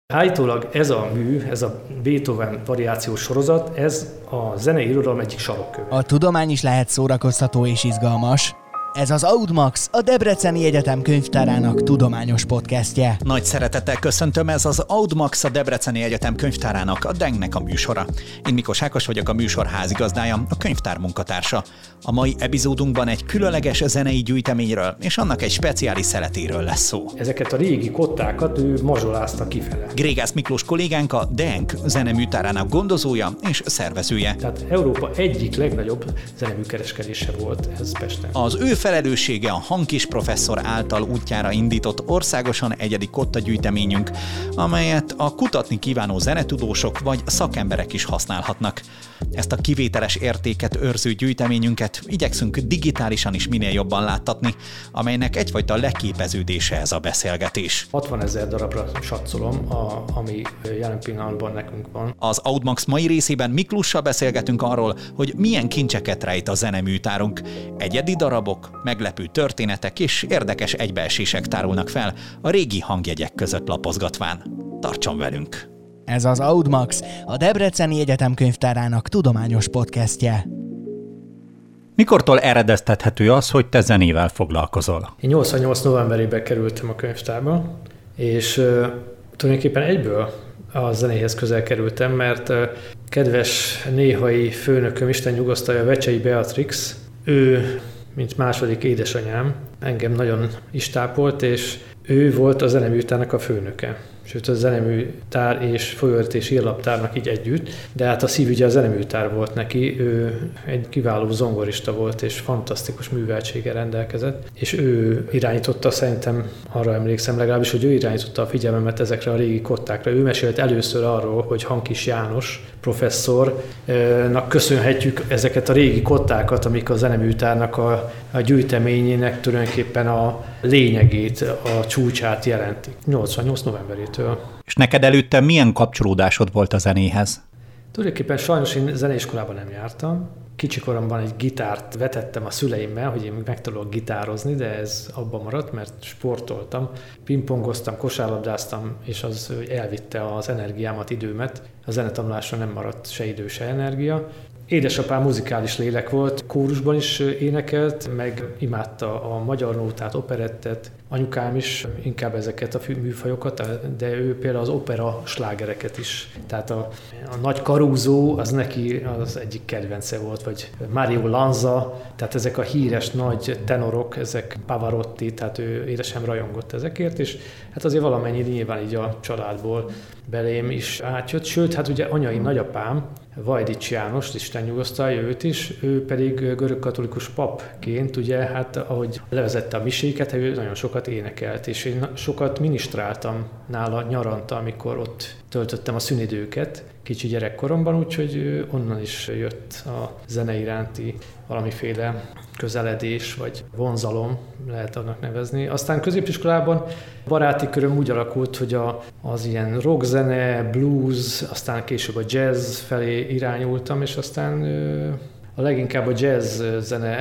Állítólag ez a mű, ez a Beethoven variációs sorozat, ez a zenei irodalom egyik sarokköve. A tudomány is lehet szórakoztató és izgalmas. Ez az Audmax, a Debreceni Egyetem könyvtárának tudományos podcastje. Nagy szeretettel köszöntöm, ez az Audmax, a Debreceni Egyetem könyvtárának, a DENG-nek a műsora. Én Mikos Ákos vagyok, a műsor házigazdája, a könyvtár munkatársa. A mai epizódunkban egy különleges zenei gyűjteményről és annak egy speciális szeletéről lesz szó. Ezeket a régi kottákat ő mazsolázta kifele. Grégász Miklós kollégánk a DENG zeneműtárának gondozója és szervezője. Tehát Európa egyik legnagyobb zeneműkereskedése volt ez Pesten. Az ő felelőssége a Hankis professzor által útjára indított országosan egyedi kottagyűjteményünk, amelyet a kutatni kívánó zenetudósok vagy szakemberek is használhatnak. Ezt a kivételes értéket őrző gyűjteményünket igyekszünk digitálisan is minél jobban láttatni, amelynek egyfajta leképeződése ez a beszélgetés. 60 000 darabra satszolom, ami jelen pillanatban nekünk van. Az Audmax mai részében Miklóssal beszélgetünk arról, hogy milyen kincseket rejt a zeneműtárunk. Egyedi darabok, meglepő történetek és érdekes egybeesések tárulnak fel a régi hangjegyek között lapozgatván. Tartson velünk! Ez az Audmax, a Debreceni Egyetem könyvtárának tudományos podcastje. Mikortól eredeztethető az, hogy te zenével foglalkozol? Én 88 novemberében kerültem a könyvtárba, és tulajdonképpen egyből a zenéhez közel kerültem, mert kedves néhai főnököm, Isten nyugosztalja, Vecsei Beatrix, ő, mint második édesanyám, engem nagyon is tápolt, és ő volt a zeneműtárnak a főnöke. Sőt, a zeneműtár és folyóiratos írlaptárnak így együtt, de hát a szívügye a zeneműtár volt neki, ő egy kiváló zongorista volt, és fantasztikus műveltséggel rendelkezett, és ő irányította, szerintem arra emlékszem legalábbis, hogy ő irányította a figyelmemet ezekre a régi kottákra. Ő mesélt először arról, hogy Hankis János professzornak köszönhetjük ezeket a régi kottákat, amik a zeneműtárnak a gyűjteményének tulajdonképpen a lényegét, a csúcsát jelentik. 88 novemberétől. És neked előtte milyen kapcsolódásod volt a zenéhez? Tulajdonképpen sajnos én zeneiskolában nem jártam. Kicsikoromban egy gitárt vetettem a szüleimmel, hogy én megtanulok gitározni, de ez abban maradt, mert sportoltam. Pingpongoztam, kosárlabdáztam, és az elvitte az energiámat, időmet. A zenetanulásra nem maradt se idő, se energia. Édesapám muzikális lélek volt, kórusban is énekelt, meg imádta a magyar nótát, operettet. Anyukám is inkább ezeket a műfajokat, de ő például az opera slágereket is. Tehát a nagy Caruso, az neki az egyik kedvence volt, vagy Mario Lanza, tehát ezek a híres nagy tenorok, ezek Pavarotti, tehát ő édesem rajongott ezekért, és hát azért valamennyi nyilván így a családból belém is átjött. Sőt, hát ugye anyai nagyapám, Vajdics János, Isten nyugosztalja őt is, ő pedig görögkatolikus papként, ugye, hát ahogy levezette a miséket, ő nagyon sokat énekelt, és én sokat ministráltam nála nyaranta, amikor ott töltöttem a szünidőket kicsi gyerekkoromban, úgyhogy onnan is jött a zene iránti valamiféle közeledés, vagy vonzalom, lehet annak nevezni. Aztán középiskolában baráti köröm úgy alakult, hogy az ilyen rockzene, blues, aztán később a jazz felé irányultam, és aztán a leginkább a jazz zene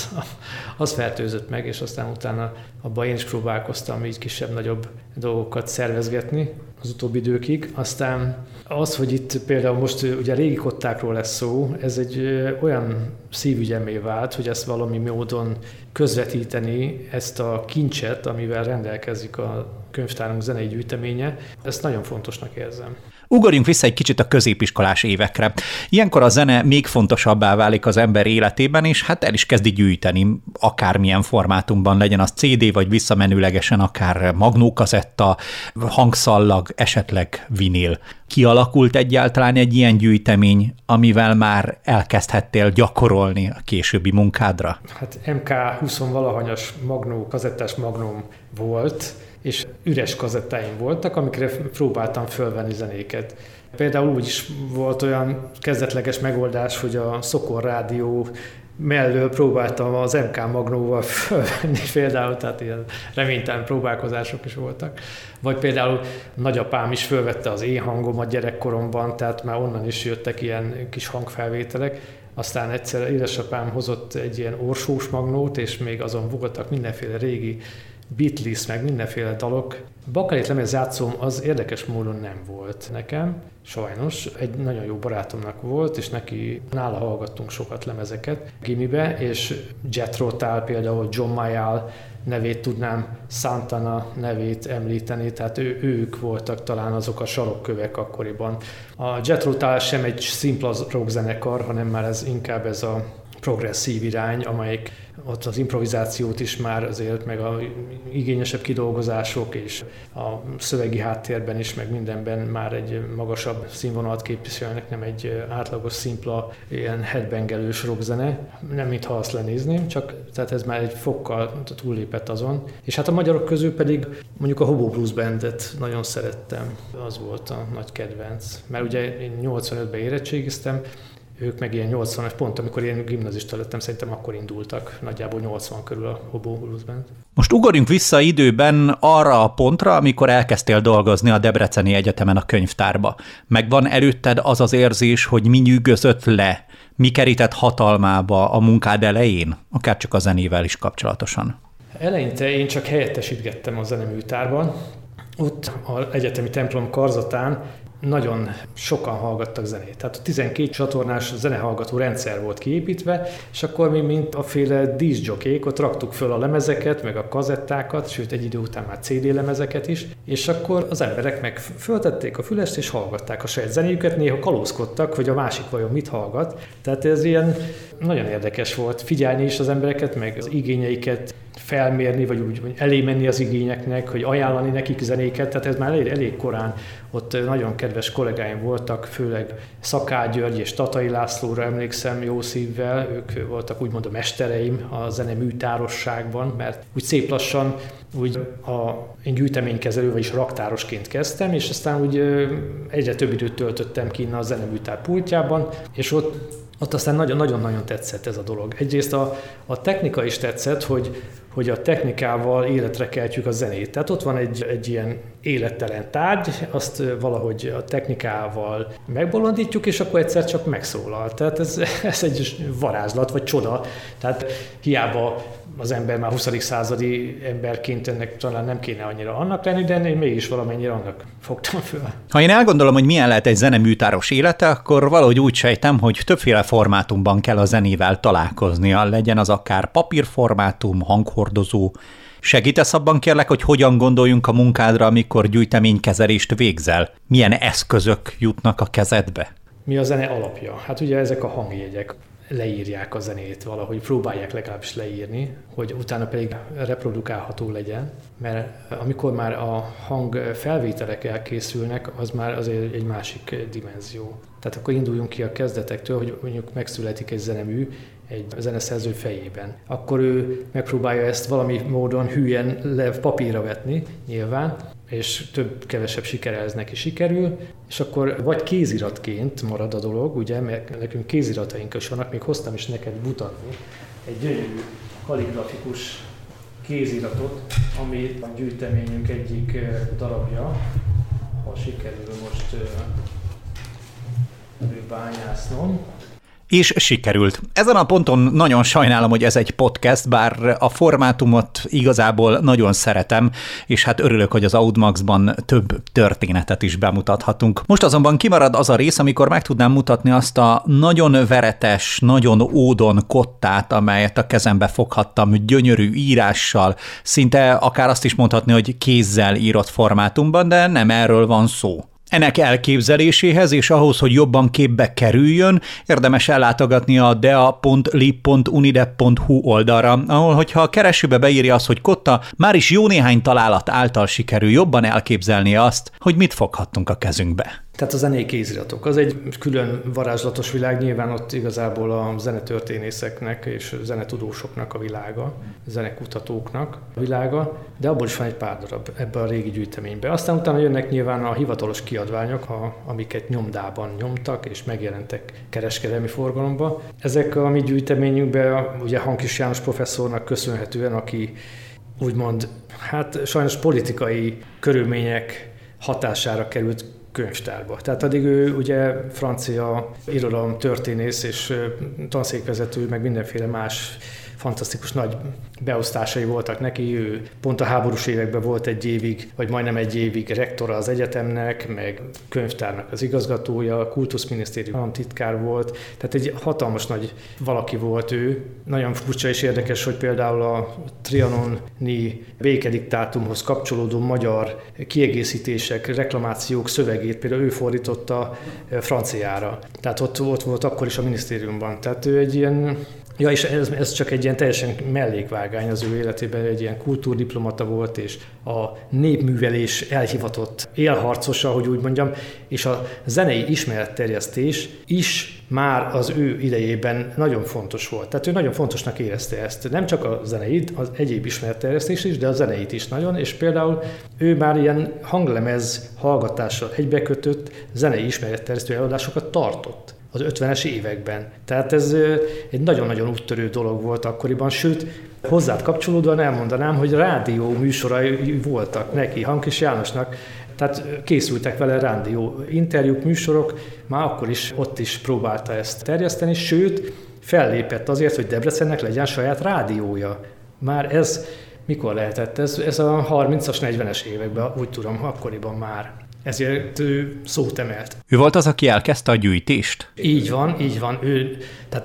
az fertőzött meg, és aztán utána abban én is próbálkoztam így kisebb-nagyobb dolgokat szervezgetni az utóbbi időkig. Aztán az, hogy itt például most ugye régi kottákról lesz szó, ez egy olyan szívügyemmé vált, hogy ezt valami módon közvetíteni, ezt a kincset, amivel rendelkezik a könyvtárunk zenei gyűjteménye, ezt nagyon fontosnak érzem. Ugorjunk vissza egy kicsit a középiskolás évekre. Ilyenkor a zene még fontosabbá válik az ember életében, és hát el is kezdi gyűjteni, akármilyen formátumban legyen az CD, vagy visszamenőlegesen akár magnókazetta, hangszallag, esetleg vinil. Kialakult egyáltalán egy ilyen gyűjtemény, amivel már elkezdhettél gyakorolni a későbbi munkádra? Hát MK20-valahanyas kazettás magnóm volt, és üres kazettáim voltak, amikre próbáltam fölvenni zenéket. Például úgy is volt olyan kezdetleges megoldás, hogy a Szokor rádió mellől próbáltam az MK Magnóval fölvenni például, tehát ilyen reménytelen próbálkozások is voltak. Vagy például nagyapám is fölvette az én hangomat gyerekkoromban, tehát már onnan is jöttek ilyen kis hangfelvételek. Aztán egyszer édesapám hozott egy ilyen orsós magnót, és még azon voltak mindenféle régi Beatles, meg mindenféle dalok. Bakelit lemezjátszóm az érdekes módon nem volt nekem, sajnos. Egy nagyon jó barátomnak volt, és nála hallgattunk sokat lemezeket gimibe, és Jethro Tull, például John Mayall nevét tudnám, Santana nevét említeni, tehát ők voltak talán azok a sarokkövek akkoriban. A Jethro Tull sem egy szimpla rockzenekar, hanem már ez inkább ez a progresszív irány, amelyik ott az improvizációt is már azért, meg a igényesebb kidolgozások és a szövegi háttérben is, meg mindenben már egy magasabb színvonalat képviselnek, nem egy átlagos, szimpla, ilyen headbangelős rockzene. Nem mintha azt lenézném, csak tehát ez már egy fokkal túllépett azon. És hát a magyarok közül pedig mondjuk a Hobo Blues Bandet nagyon szerettem. Az volt a nagy kedvenc. Mert ugye én 85-ben érettségiztem, ők meg ilyen 80-as pont, amikor én gimnazista lettem, szerintem akkor indultak, nagyjából 80 körül a Hobo Blues Band. Most ugorjunk vissza időben arra a pontra, amikor elkezdtél dolgozni a Debreceni Egyetemen a könyvtárba. Megvan előtted az az érzés, hogy mi nyűgözött le, mi kerített hatalmába a munkád elején, akár csak a zenével is kapcsolatosan? Eleinte én csak helyettesítgettem a zeneműtárban. Ott az egyetemi templom karzatán nagyon sokan hallgattak zenét. Tehát a 12 csatornás zenehallgató rendszer volt kiépítve, és akkor mi, mint a féle díszjokék, ott raktuk föl a lemezeket, meg a kazettákat, sőt egy idő után már CD lemezeket is, és akkor az emberek meg föltették a fülest, és hallgatták a saját zenéjüket, néha kalózkodtak, hogy a másik vajon mit hallgat. Tehát ez ilyen nagyon érdekes volt figyelni is az embereket, meg az igényeiket felmérni, vagy úgy elé menni az igényeknek, hogy ajánlani nekik zenéket, tehát ez már elég korán. Ott nagyon kedves kollégáim voltak, főleg Szakály György és Tatai Lászlóra emlékszem jó szívvel, ők voltak úgymond a mestereim a zeneműtárosságban, mert úgy szép lassan én gyűjteménykezelő, vagyis raktárosként kezdtem, és aztán úgy egyre több időt töltöttem ki a zeneműtár pultjában, és ott aztán nagyon-nagyon tetszett ez a dolog. Egyrészt a technika is tetszett, hogy a technikával életre keltjük a zenét. Tehát ott van egy ilyen élettelen tárgy, azt valahogy a technikával megbolondítjuk, és akkor egyszer csak megszólal. Tehát ez egy varázslat, vagy csoda. Tehát hiába az ember már 20. századi emberként ennek talán nem kéne annyira annak lenni, de én mégis valamennyire annak fogtam föl. Ha én elgondolom, hogy milyen lehet egy zeneműtáros élete, akkor valahogy úgy sejtem, hogy többféle formátumban kell a zenével találkoznia, legyen az akár papírformátum, hanghordozó. Segítesz abban kérlek, hogy hogyan gondoljunk a munkádra, amikor gyűjteménykezelést végzel? Milyen eszközök jutnak a kezedbe? Mi a zene alapja? Hát ugye ezek a hangjegyek leírják a zenét valahogy, próbálják legalábbis leírni, hogy utána pedig reprodukálható legyen, mert amikor már a hangfelvételek elkészülnek, az már azért egy másik dimenzió. Tehát akkor induljunk ki a kezdetektől, hogy mondjuk megszületik egy zenemű egy zeneszerző fejében. Akkor ő megpróbálja ezt valami módon hülyen papírra vetni, nyilván, és több-kevesebb sikerrel ez neki sikerül, és akkor vagy kéziratként marad a dolog, ugye, mert nekünk kézirataink is vannak, még hoztam is neked mutatni egy gyönyörű kalligrafikus kéziratot, ami a gyűjteményünk egyik darabja, ha sikerül most bányásznom. És sikerült. Ezen a ponton nagyon sajnálom, hogy ez egy podcast, bár a formátumot igazából nagyon szeretem, és hát örülök, hogy az Audmaxban több történetet is bemutathatunk. Most azonban kimarad az a rész, amikor meg tudnám mutatni azt a nagyon veretes, nagyon ódon kottát, amelyet a kezembe foghattam gyönyörű írással, szinte akár azt is mondhatni, hogy kézzel írott formátumban, de nem erről van szó. Ennek elképzeléséhez és ahhoz, hogy jobban képbe kerüljön, érdemes ellátogatni a dea.lib.unidep.hu oldalra, ahol, hogyha a keresőbe beírja azt, hogy kotta, már is jó néhány találat által sikerül jobban elképzelnie azt, hogy mit foghattunk a kezünkbe. Tehát a zenei kéziratok, az egy külön varázslatos világ, nyilván ott igazából a zenetörténészeknek és zenetudósoknak a világa, zenekutatóknak a világa, de abból is van egy pár darab ebben a régi gyűjteményben. Aztán utána jönnek nyilván a hivatalos kiadványok, amiket nyomdában nyomtak és megjelentek kereskedelmi forgalomba. Ezek a mi gyűjteményünkben ugye Hankis János professzornak köszönhetően, aki úgymond, hát sajnos politikai körülmények hatására került könyvtárba. Tehát addig ő ugye francia irodalom történész és tanszékvezető, meg mindenféle más fantasztikus nagy beosztásai voltak neki, ő pont a háborús években volt egy évig, vagy majdnem egy évig rektora az egyetemnek, meg könyvtárnak az igazgatója, kultuszminisztérium államtitkár volt, tehát egy hatalmas nagy valaki volt ő. Nagyon furcsa és érdekes, hogy például a trianoni békediktátumhoz kapcsolódó magyar kiegészítések, reklamációk szövegét például ő fordította franciára. Tehát ott volt akkor is a minisztériumban. Tehát ő egy ilyen, ja, és ez csak egy ilyen teljesen mellékvágány az ő életében, egy ilyen kultúrdiplomata volt, és a népművelés elhivatott élharcosa, hogy úgy mondjam, és a zenei ismeretterjesztés is már az ő idejében nagyon fontos volt. Tehát ő nagyon fontosnak érezte ezt. Nem csak a zeneit, az egyéb ismeretterjesztés is, de a zeneit is nagyon, és például ő már ilyen hanglemez hallgatással egybekötött zenei ismeretterjesztő előadásokat tartott az 50-es években. Tehát ez egy nagyon-nagyon úttörő dolog volt akkoriban, sőt, hozzád kapcsolódóan elmondanám, hogy rádió műsorai voltak neki, Hankis Jánosnak, tehát készültek vele rádió interjúk, műsorok, már akkor is ott is próbálta ezt terjeszteni, sőt, fellépett azért, hogy Debrecennek legyen saját rádiója. Már ez mikor lehetett? Ez a 30-as, 40-es években, úgy tudom, akkoriban már. Ezért ő szót emelt. Ő volt az, aki elkezdte a gyűjtést? Így van. Ő, tehát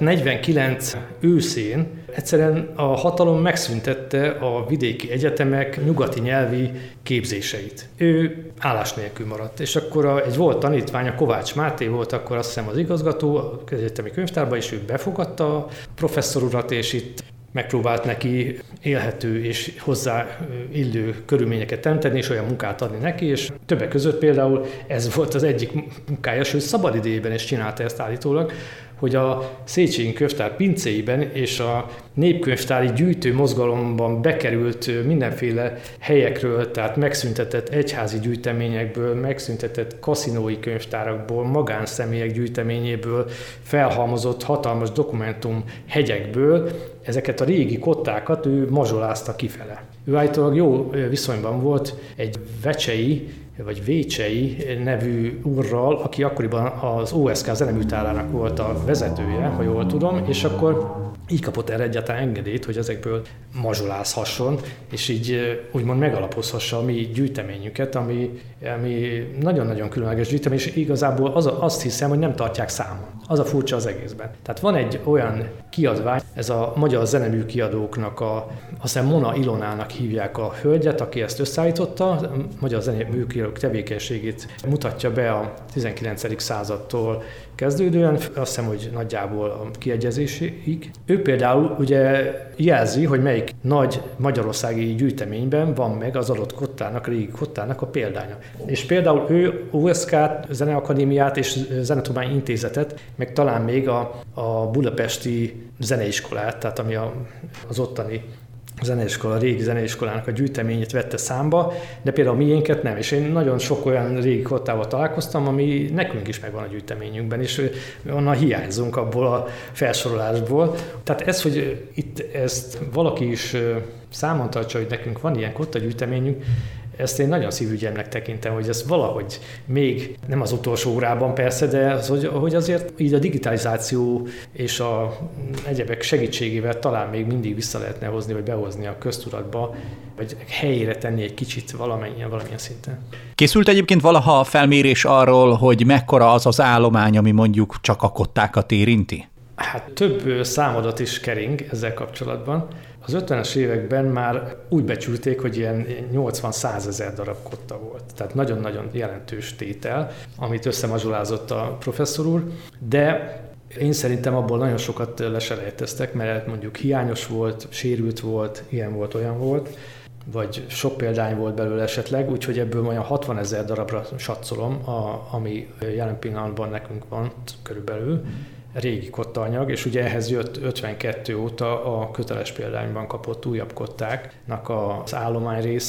49 őszén egyszerűen a hatalom megszüntette a vidéki egyetemek nyugati nyelvi képzéseit. Ő állás nélkül maradt, és akkor egy volt tanítványa, Kovács Máté volt akkor azt hiszem az igazgató az egyetemi könyvtárban, és ő befogadta a professzor urat, és itt megpróbált neki élhető és hozzá illő körülményeket teremteni, és olyan munkát adni neki, és többek között például ez volt az egyik munkája, sőt szabadidejében is csinálta ezt állítólag, hogy a Széchenyi könyvtár pincéiben és a népkönyvtári gyűjtő mozgalomban bekerült mindenféle helyekről, tehát megszüntetett egyházi gyűjteményekből, megszüntetett kaszinói könyvtárakból, magánszemélyek gyűjteményéből, felhalmozott hatalmas dokumentum hegyekből, ezeket a régi kottákat ő mazsolázta kifele. Ő állítólag jó viszonyban volt egy vecsei, vagy Vécsei nevű úrral, aki akkoriban az OSK zeneműtárának volt a vezetője, ha jól tudom, és akkor így kapott erre egyáltalán engedélyt, hogy ezekből mazsolázhasson, és így úgymond megalapozhassa a mi gyűjteményünket, ami nagyon-nagyon különleges gyűjtemény, és igazából azt hiszem, hogy nem tartják számon. Az a furcsa az egészben. Tehát van egy olyan kiadvány, ez a Magyar Zenemű Kiadóknak, azt hiszem Mona Ilonának hívják a hölgyet, aki ezt összeállította, a Magyar Zenemű Kiadók tevékenységét mutatja be a 19. századtól kezdődően, azt hiszem, hogy nagyjából a kiegyezéséig. Ő például ugye jelzi, hogy melyik nagy magyarországi gyűjteményben van meg az adott kottának, a régi kottának a példánya. És például ő OSK-t, Zeneakadémiát és Zenetudományi Intézetet, meg talán még a budapesti zeneiskolát, tehát ami az ottani zeneiskola, régi zeneiskolának a gyűjteményét vette számba, de például a miénket nem. És én nagyon sok olyan régi kottával találkoztam, ami nekünk is megvan a gyűjteményünkben, és onnan hiányzunk abból a felsorolásból. Tehát ez, hogy itt ezt valaki is számon tartsa, hogy nekünk van ilyen kottagyűjteményünk, ezt én nagyon szívügyemnek tekintem, hogy ez valahogy még, nem az utolsó órában persze, de az, hogy azért így a digitalizáció és a egyebek segítségével talán még mindig vissza lehetne hozni, vagy behozni a köztudatba, vagy helyére tenni egy kicsit valamilyen szinten. Készült egyébként valaha felmérés arról, hogy mekkora az az állomány, ami mondjuk csak a kottákat érinti? Hát több számadat is kering ezzel kapcsolatban. Az 50-es években már úgy becsülték, hogy ilyen 80-100 ezer darab kotta volt. Tehát nagyon-nagyon jelentős tétel, amit összemazsolázott a professzor úr, de én szerintem abból nagyon sokat leselejteztek, mert mondjuk hiányos volt, sérült volt, ilyen volt, olyan volt, vagy sok példány volt belőle esetleg, úgyhogy ebből olyan 60 ezer darabra satszolom, ami jelen pillanatban nekünk van körülbelül, régi kottaanyag, és ugye ehhez jött 52 óta a köteles példányban kapott újabb kottáknak az állomány része,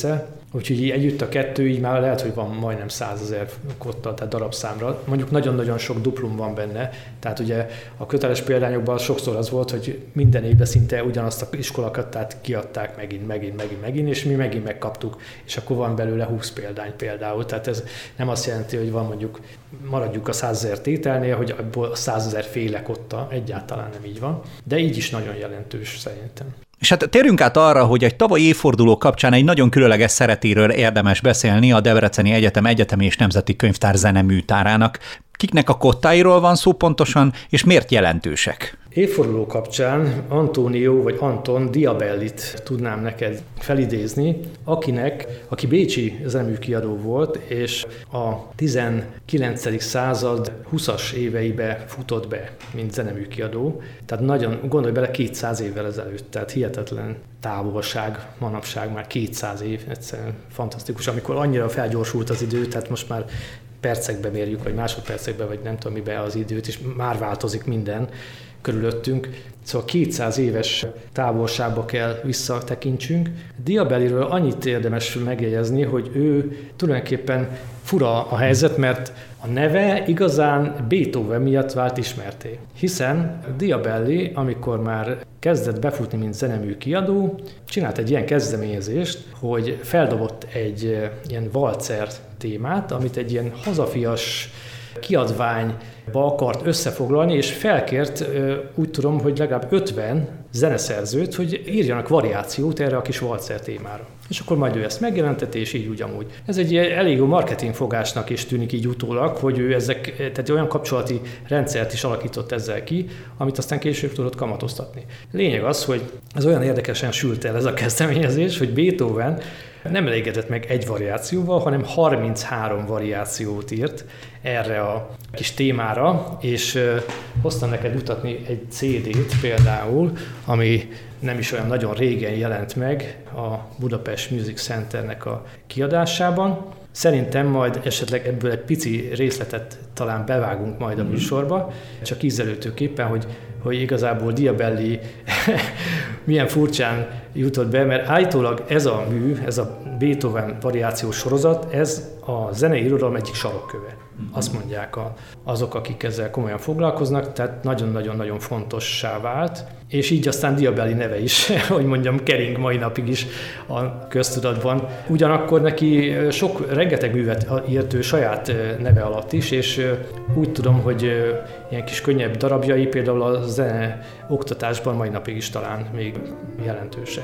Úgyhogy így együtt a kettő, így már lehet, hogy van majdnem 100 000 kotta, tehát darabszámra. Mondjuk nagyon-nagyon sok duplum van benne, tehát ugye a köteles példányokban sokszor az volt, hogy minden évben szinte ugyanazt a iskolakattát kiadták megint, és mi megint megkaptuk, és akkor van belőle 20 példány például. Tehát ez nem azt jelenti, hogy van mondjuk, maradjuk a 100 000 tételnél, hogy abból 100 000 féle kotta, egyáltalán nem így van, de így is nagyon jelentős szerintem. És hát térjünk át arra, hogy egy tavalyi évforduló kapcsán egy nagyon különleges szeretéről érdemes beszélni a Debreceni Egyetem Egyetemi és Nemzeti Könyvtár zeneműtárának. Kiknek a kottáiról van szó pontosan, és miért jelentősek? Évforduló kapcsán Antonio vagy Anton Diabellit tudnám neked felidézni, aki bécsi zeneműkiadó volt, és a 19. század 20-as éveibe futott be, mint zeneműkiadó. Tehát nagyon, gondolj bele, 200 évvel ezelőtt, tehát hihetetlen távolság, manapság már 200 év, egyszerűen fantasztikus, amikor annyira felgyorsult az idő, tehát most már percekbe mérjük, vagy másodpercekbe, vagy nem tudom mibe az időt, és már változik minden körülöttünk. Szóval 200 éves távolságba kell visszatekintsünk. Diabelliről annyit érdemes megjegyezni, hogy ő tulajdonképpen fura a helyzet, mert a neve igazán Beethoven miatt vált ismerté. Hiszen Diabelli, amikor már kezdett befutni, mint zeneműkiadó, csinált egy ilyen kezdeményezést, hogy feldobott egy ilyen valcer témát, amit egy ilyen hazafias kiadványba akart összefoglalni, és felkért, úgy tudom, hogy legalább 50 zeneszerzőt, hogy írjanak variációt erre a kis valcer témára. És akkor majd ő ezt megjelentette, és így ugyanúgy. Ez egy elég jó marketingfogásnak is tűnik így utólag, hogy ő tehát olyan kapcsolati rendszert is alakított ezzel ki, amit aztán később tudott kamatoztatni. Lényeg az, hogy ez olyan érdekesen sült el ez a kezdeményezés, hogy Beethoven nem elégedett meg egy variációval, hanem 33 variációt írt erre a kis témára, és hoztam neked mutatni egy CD-t például, ami nem is olyan nagyon régen jelent meg a Budapest Music Centernek a kiadásában. Szerintem majd esetleg ebből egy pici részletet talán bevágunk majd a műsorba, csak ízelőtőképpen, hogy igazából Diabelli milyen furcsán jutott be, mert állítólag ez a mű, ez a Beethoven variációs sorozat, ez a zenei irodalom egyik sarokköve. Azt mondják azok, akik ezzel komolyan foglalkoznak, tehát nagyon-nagyon-nagyon fontossá vált, és így aztán Diabelli neve is, hogy mondjam, kering mai napig is a köztudatban. Ugyanakkor neki rengeteg művet írt ő saját neve alatt is, és úgy tudom, hogy ilyen kis könnyebb darabjai például a zene oktatásban mai napig is talán még jelentősek.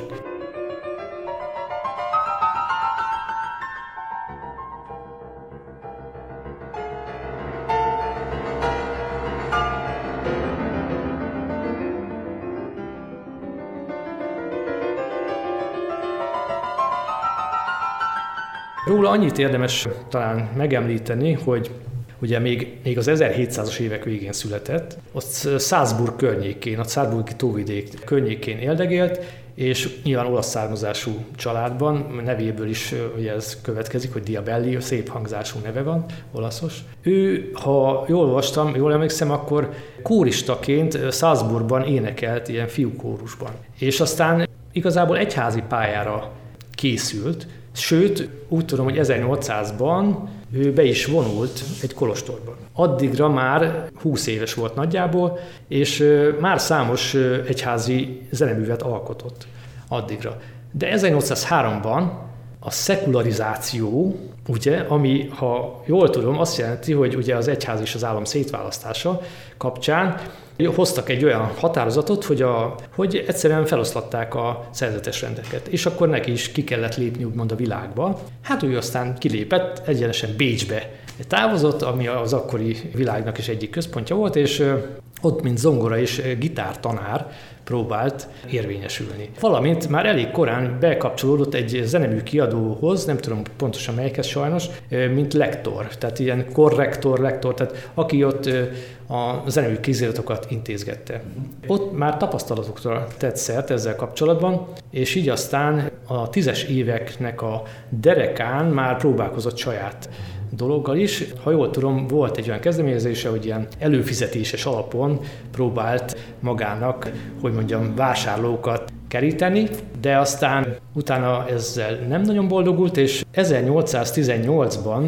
Róla annyit érdemes talán megemlíteni, hogy ugye még az 1700-as évek végén született, ott Salzburg környékén, a Salzburgi tóvidék környékén éldegélt, és nyilván olasz származású családban, nevéből is ugye ez következik, hogy Diabelli, szép hangzású neve van, olaszos. Ő, ha jól olvastam, jól emlékszem, akkor kóristaként Salzburgban énekelt ilyen fiúkórusban. És aztán igazából egyházi pályára készült, sőt, úgy tudom, hogy 1800-ban ő be is vonult egy kolostorban. Addigra már 20 éves volt nagyjából, és már számos egyházi zeneművet alkotott addigra. De 1803-ban a szekularizáció, ugye, ami, ha jól tudom, azt jelenti, hogy ugye az egyház és az állam szétválasztása kapcsán hoztak egy olyan határozatot, hogy egyszerűen feloszlatták a szerzetes rendeket, és akkor neki is ki kellett lépni úgymond a világba. Hát ő aztán kilépett, egyenesen Bécsbe távozott, ami az akkori világnak is egyik központja volt, és ott, mint zongora és gitártanár próbált érvényesülni. Valamint már elég korán bekapcsolódott egy zenemű kiadóhoz, nem tudom pontosan melyikhez sajnos, mint lektor, tehát ilyen korrektor, lektor, tehát aki ott a zenemű kéziratokat intézgette. Ott már tapasztalatokra tett szert ezzel kapcsolatban, és így aztán a 10-es éveknek a derekán már próbálkozott saját dologgal is. Ha jól tudom, volt egy olyan kezdeményezése, hogy ilyen előfizetéses alapon próbált magának, hogy mondjam, vásárlókat keríteni, de aztán utána ezzel nem nagyon boldogult, és 1818-ban,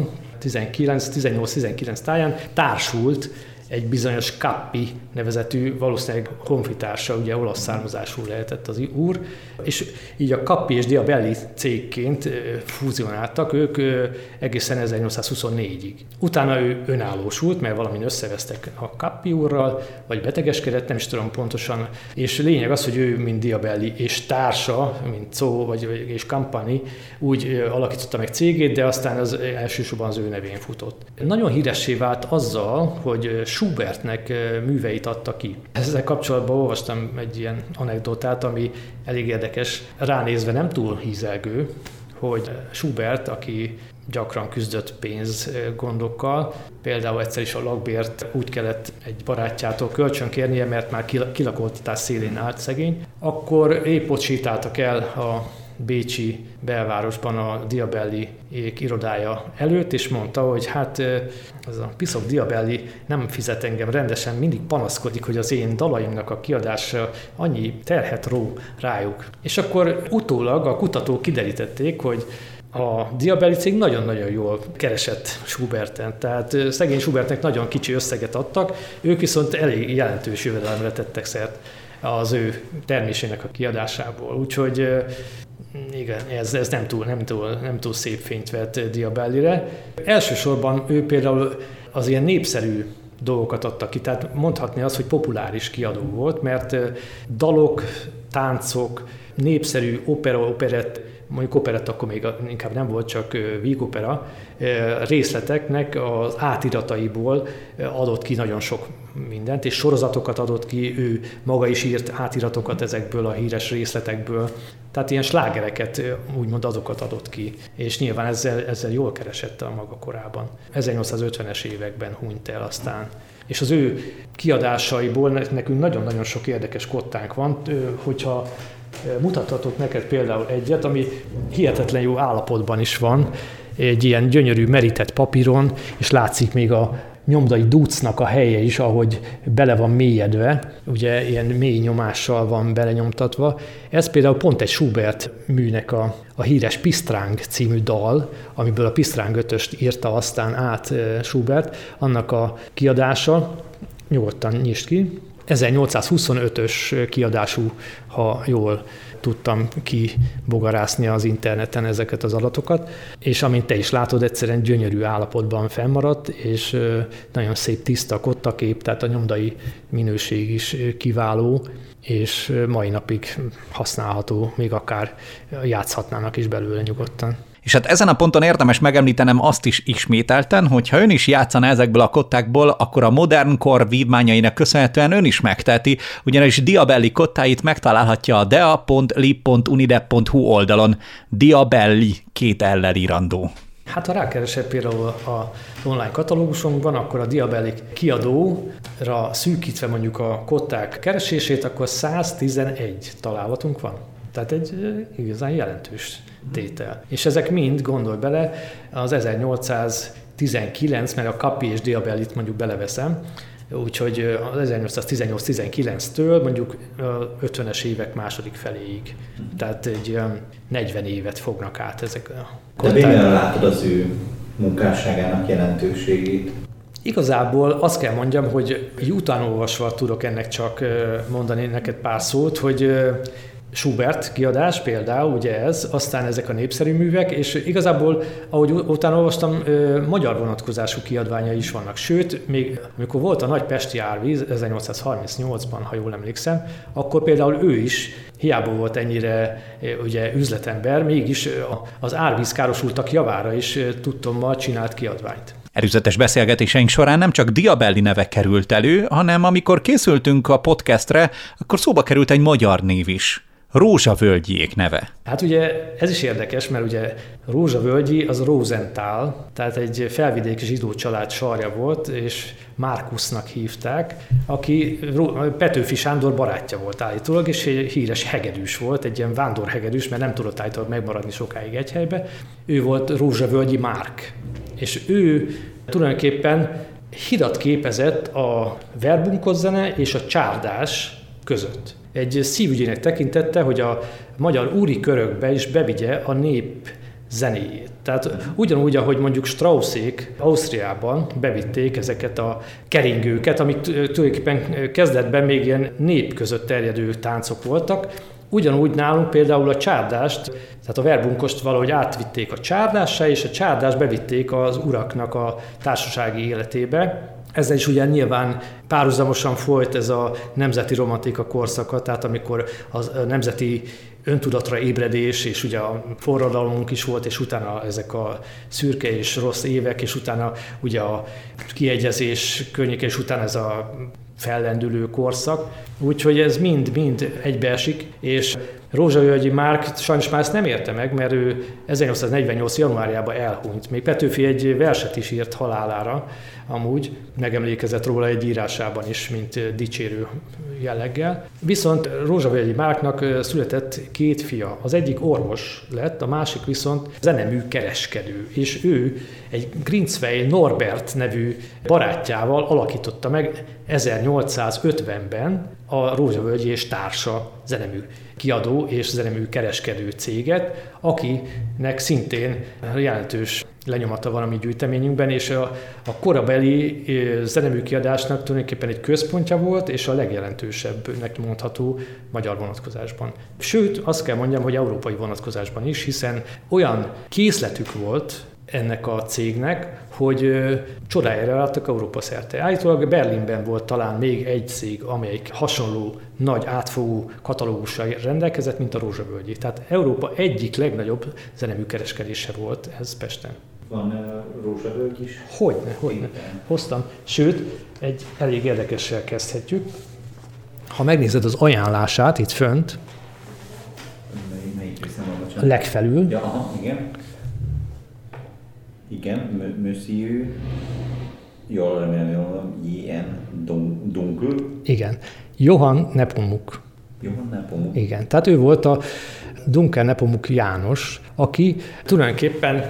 18-19 táján társult egy bizonyos Cappi nevezetű, valószínűleg honfitársa, ugye olasz származású lehetett az úr, és így a Cappi és Diabelli cégként fúzionáltak ők egészen 1824-ig. Utána ő önállósult, mert valamin összevesztek a Cappi úrral, vagy betegeskedett, nem is tudom pontosan, és lényeg az, hogy ő, mint Diabelli és társa, mint Zó és Campani, úgy alakította meg cégét, de aztán az elsősorban az ő nevén futott. Nagyon híressé vált azzal, hogy Schubertnek műveit adta ki. Ezzel kapcsolatban olvastam egy ilyen anekdotát, ami elég érdekes, ránézve nem túl hízelgő, hogy Schubert, aki gyakran küzdött pénzgondokkal, például egyszer is a lakbért úgy kellett egy barátjától kölcsönkérnie, mert már kilakoltatás szélén állt szegény, akkor épp ott sétáltak el a bécsi belvárosban a Diabelli irodája előtt, és mondta, hogy hát ez a piszok Diabelli nem fizet engem rendesen, mindig panaszkodik, hogy az én dalaimnak a kiadása annyi terhet ró rájuk. És akkor utólag a kutatók kiderítették, hogy a Diabelli cég nagyon-nagyon jól keresett Schuberten, tehát szegény Schubertnek nagyon kicsi összeget adtak, ők viszont elég jelentős jövedelemre tettek szert az ő termésének a kiadásából. Úgyhogy igen, ez nem túl szép fényt vett Diabellire. Elsősorban ő például az ilyen népszerű dolgokat adta ki, tehát mondhatni azt, hogy populáris kiadó volt, mert dalok, táncok, népszerű operett, mondjuk operett akkor még inkább nem volt, csak vígopera, részleteknek az átirataiból adott ki nagyon sok mindent, és sorozatokat adott ki, ő maga is írt átiratokat ezekből a híres részletekből, tehát ilyen slágereket, úgymond azokat adott ki, és nyilván ezzel jól keresett a maga korában. 1850-es években hunyt el aztán. És az ő kiadásaiból nekünk nagyon-nagyon sok érdekes kottánk van, hogyha mutathatok neked például egyet, ami hihetetlen jó állapotban is van, egy ilyen gyönyörű merített papíron, és látszik még a nyomdai dúcnak a helye is, ahogy bele van mélyedve, ugye ilyen mély nyomással van belenyomtatva. Ez például pont egy Schubert műnek a híres Pistráng című dal, amiből a Pistráng 5-öst írta aztán át Schubert, annak a kiadása, nyugodtan nyisd ki, 1825-ös kiadású, ha jól tudtam kibogarászni az interneten ezeket az adatokat, és amint te is látod, egyszerűen gyönyörű állapotban fennmaradt, és nagyon szép tiszta kottakép, tehát a nyomdai minőség is kiváló, és mai napig használható, még akár játszhatnának is belőle nyugodtan. És hát ezen a ponton érdemes megemlítenem azt is ismételten, hogy ha ön is játszana ezekből a kottákból, akkor a modern kor vívmányainak köszönhetően ön is megteheti, ugyanis Diabelli kottáit megtalálhatja a dea.lib.unidep.hu oldalon. Diabelli 2 L-lel írandó. Hát ha rákeresett például az online katalógusunkban, akkor a Diabelli kiadóra szűkítve mondjuk a kották keresését, akkor 111 találatunk van. Tehát egy igazán jelentős tétel. És ezek mind, gondolj bele, az 1819, mert a Cappi és Diabellit mondjuk beleveszem, úgyhogy az 1818-19-től mondjuk 50-es évek második feléig. Tehát egy 40 évet fognak át ezek a kották. De miben látod az ő munkásságának jelentőségét? Igazából azt kell mondjam, hogy utánolvasva tudok ennek csak mondani neked pár szót, hogy Schubert kiadás például, ugye ez, aztán ezek a népszerű művek, és igazából, ahogy utána olvastam, magyar vonatkozású kiadványai is vannak. Sőt, még amikor volt a nagy pesti árvíz 1838-ban, ha jól emlékszem, akkor például ő is, hiába volt ennyire ugye, üzletember, mégis az árvíz károsultak javára is tudtommal csinált kiadványt. Előzetes beszélgetéseink során nem csak Diabelli neve került elő, hanem amikor készültünk a podcastre, akkor szóba került egy magyar név is. Rózsavölgyék neve. Hát ugye ez is érdekes, mert ugye Rózsavölgyi az Rosenthal, tehát egy felvidéki zsidó család sarja volt, és Márkusznak hívták, aki Petőfi Sándor barátja volt állítólag, és egy híres hegedűs volt, egy ilyen vándorhegedűs, mert nem tudott állítólag megmaradni sokáig egy helybe. Ő volt Rózsavölgyi Márk, és ő tulajdonképpen hidat képezett a verbunkos zene és a csárdás között. Egy szívügyének tekintette, hogy a magyar úri körökbe is bevigye a nép zenéjét. Tehát ugyanúgy, ahogy mondjuk Straussék Ausztriában bevitték ezeket a keringőket, amik tulajdonképpen kezdetben még ilyen nép között terjedő táncok voltak, ugyanúgy nálunk például a csárdást, tehát a verbunkost valahogy átvitték a csárdássá, és a csárdást bevitték az uraknak a társasági életébe. Ezzel is ugye nyilván párhuzamosan folyt ez a nemzeti romantika korszaka, tehát amikor a nemzeti öntudatra ébredés, és ugye a forradalmunk is volt, és utána ezek a szürke és rossz évek, és utána ugye a kiegyezés környéke, és utána ez a fellendülő korszak. Úgyhogy ez mind egybeesik, és Rózsavölgyi Márk sajnos már ezt nem érte meg, mert ő 1848. januárjában elhunyt. Még Petőfi egy verset is írt halálára, amúgy megemlékezett róla egy írásában is, mint dicsérő jelleggel. Viszont Rózsavölgyi Márknak született 2 fia. Az egyik orvos lett, a másik viszont zenemű kereskedő. És ő egy Grinzweil Norbert nevű barátjával alakította meg 1850-ben a Rózsavölgyi és társa zenemű kiadó és zenemű kereskedő céget, akinek szintén jelentős lenyomata van a mi gyűjteményünkben, és a korabeli zenemű kiadásnak tulajdonképpen egy központja volt, és a legjelentősebbnek mondható magyar vonatkozásban. Sőt, azt kell mondjam, hogy európai vonatkozásban is, hiszen olyan készletük volt ennek a cégnek, hogy csodájára láttak Európa szerte. Állítólag Berlinben volt talán még egy cég, amelyik hasonló nagy átfogó katalógussal rendelkezett, mint a Rózsavölgyi. Tehát Európa egyik legnagyobb zenemű kereskedése volt ez Pesten. Van Rózsavölgy is? Hogyne. Hoztam. Sőt, egy elég érdekessel kezdhetjük. Ha megnézed az ajánlását itt fönt, a legfelül. Ja, aha, igen. Igen, Monsieur, jól remélem, J.N. Dunkel. Igen, Johann Nepomuk. Johann Nepomuk. Igen, tehát ő volt a Dunkel Nepomuk János, aki tulajdonképpen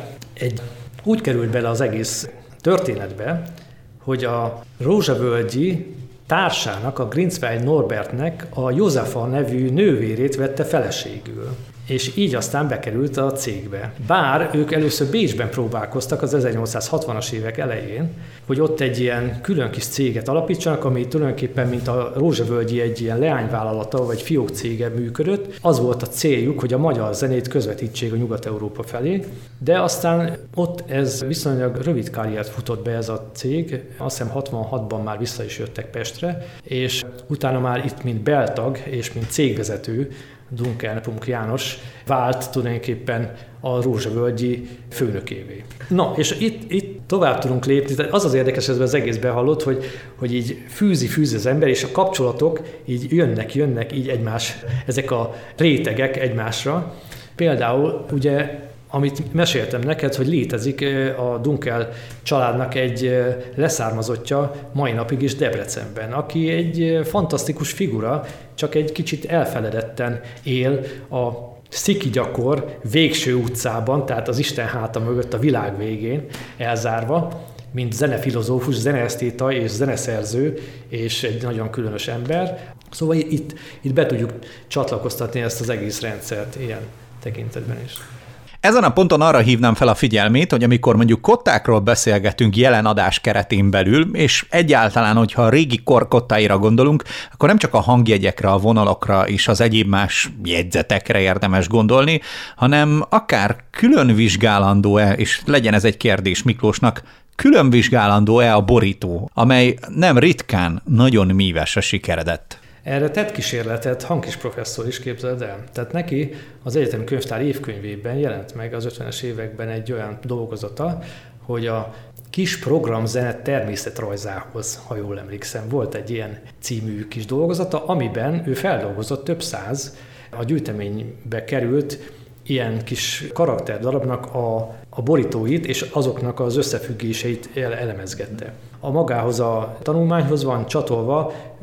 úgy került bele az egész történetbe, hogy a Rózsavölgyi társának, a Grinzweil Norbertnek a Józefa nevű nővérét vette feleségül. És így aztán bekerült a cégbe. Bár ők először Bécsben próbálkoztak az 1860-as évek elején, hogy ott egy ilyen külön kis céget alapítsanak, ami tulajdonképpen mint a Rózsavölgyi egy ilyen leányvállalata vagy fiók cége működött. Az volt a céljuk, hogy a magyar zenét közvetítsék a Nyugat-Európa felé, de aztán ott ez viszonylag rövid karriert futott be ez a cég, azt hiszem 66-ban már vissza is jöttek Pestre, és utána már itt mint beltag és mint cégvezető Dunkel Nepomuk János vált tulajdonképpen a Rózsavölgyi főnökévé. Na, és itt tovább tudunk lépni, tehát az érdekes, ez az egészben hallott, hogy így fűzi az ember, és a kapcsolatok így jönnek így ezek a rétegek egymásra. Például ugye amit meséltem neked, hogy létezik a Dunkel családnak egy leszármazottja mai napig is Debrecenben, aki egy fantasztikus figura, csak egy kicsit elfeledetten él a Szikigyakor végső utcában, tehát az Isten háta mögött a világ végén elzárva, mint zenefilozófus, zeneesztéta és zeneszerző, és egy nagyon különös ember. Szóval itt be tudjuk csatlakoztatni ezt az egész rendszert ilyen tekintetben is. Ezen a ponton arra hívnám fel a figyelmét, hogy amikor mondjuk kottákról beszélgetünk jelen adás keretén belül, és egyáltalán, hogyha a régi kor kottáira gondolunk, akkor nem csak a hangjegyekre, a vonalakra és az egyéb más jegyzetekre érdemes gondolni, hanem akár külön vizsgálandó-e, és legyen ez egy kérdés Miklósnak, külön vizsgálandó-e a borító, amely nem ritkán nagyon mívesre sikeredett. Erre tett kísérletet Hankis professzor is, képzeld el. Tehát neki az egyetemi könyvtár évkönyvében jelent meg az 50-es években egy olyan dolgozata, hogy a kis programzene természetrajzához, ha jól emlékszem, volt egy ilyen című kis dolgozata, amiben ő feldolgozott több száz a gyűjteménybe került ilyen kis karakterdarabnak a borítóit és azoknak az összefüggéseit elemezgette. A magához a tanulmányhoz van csatolva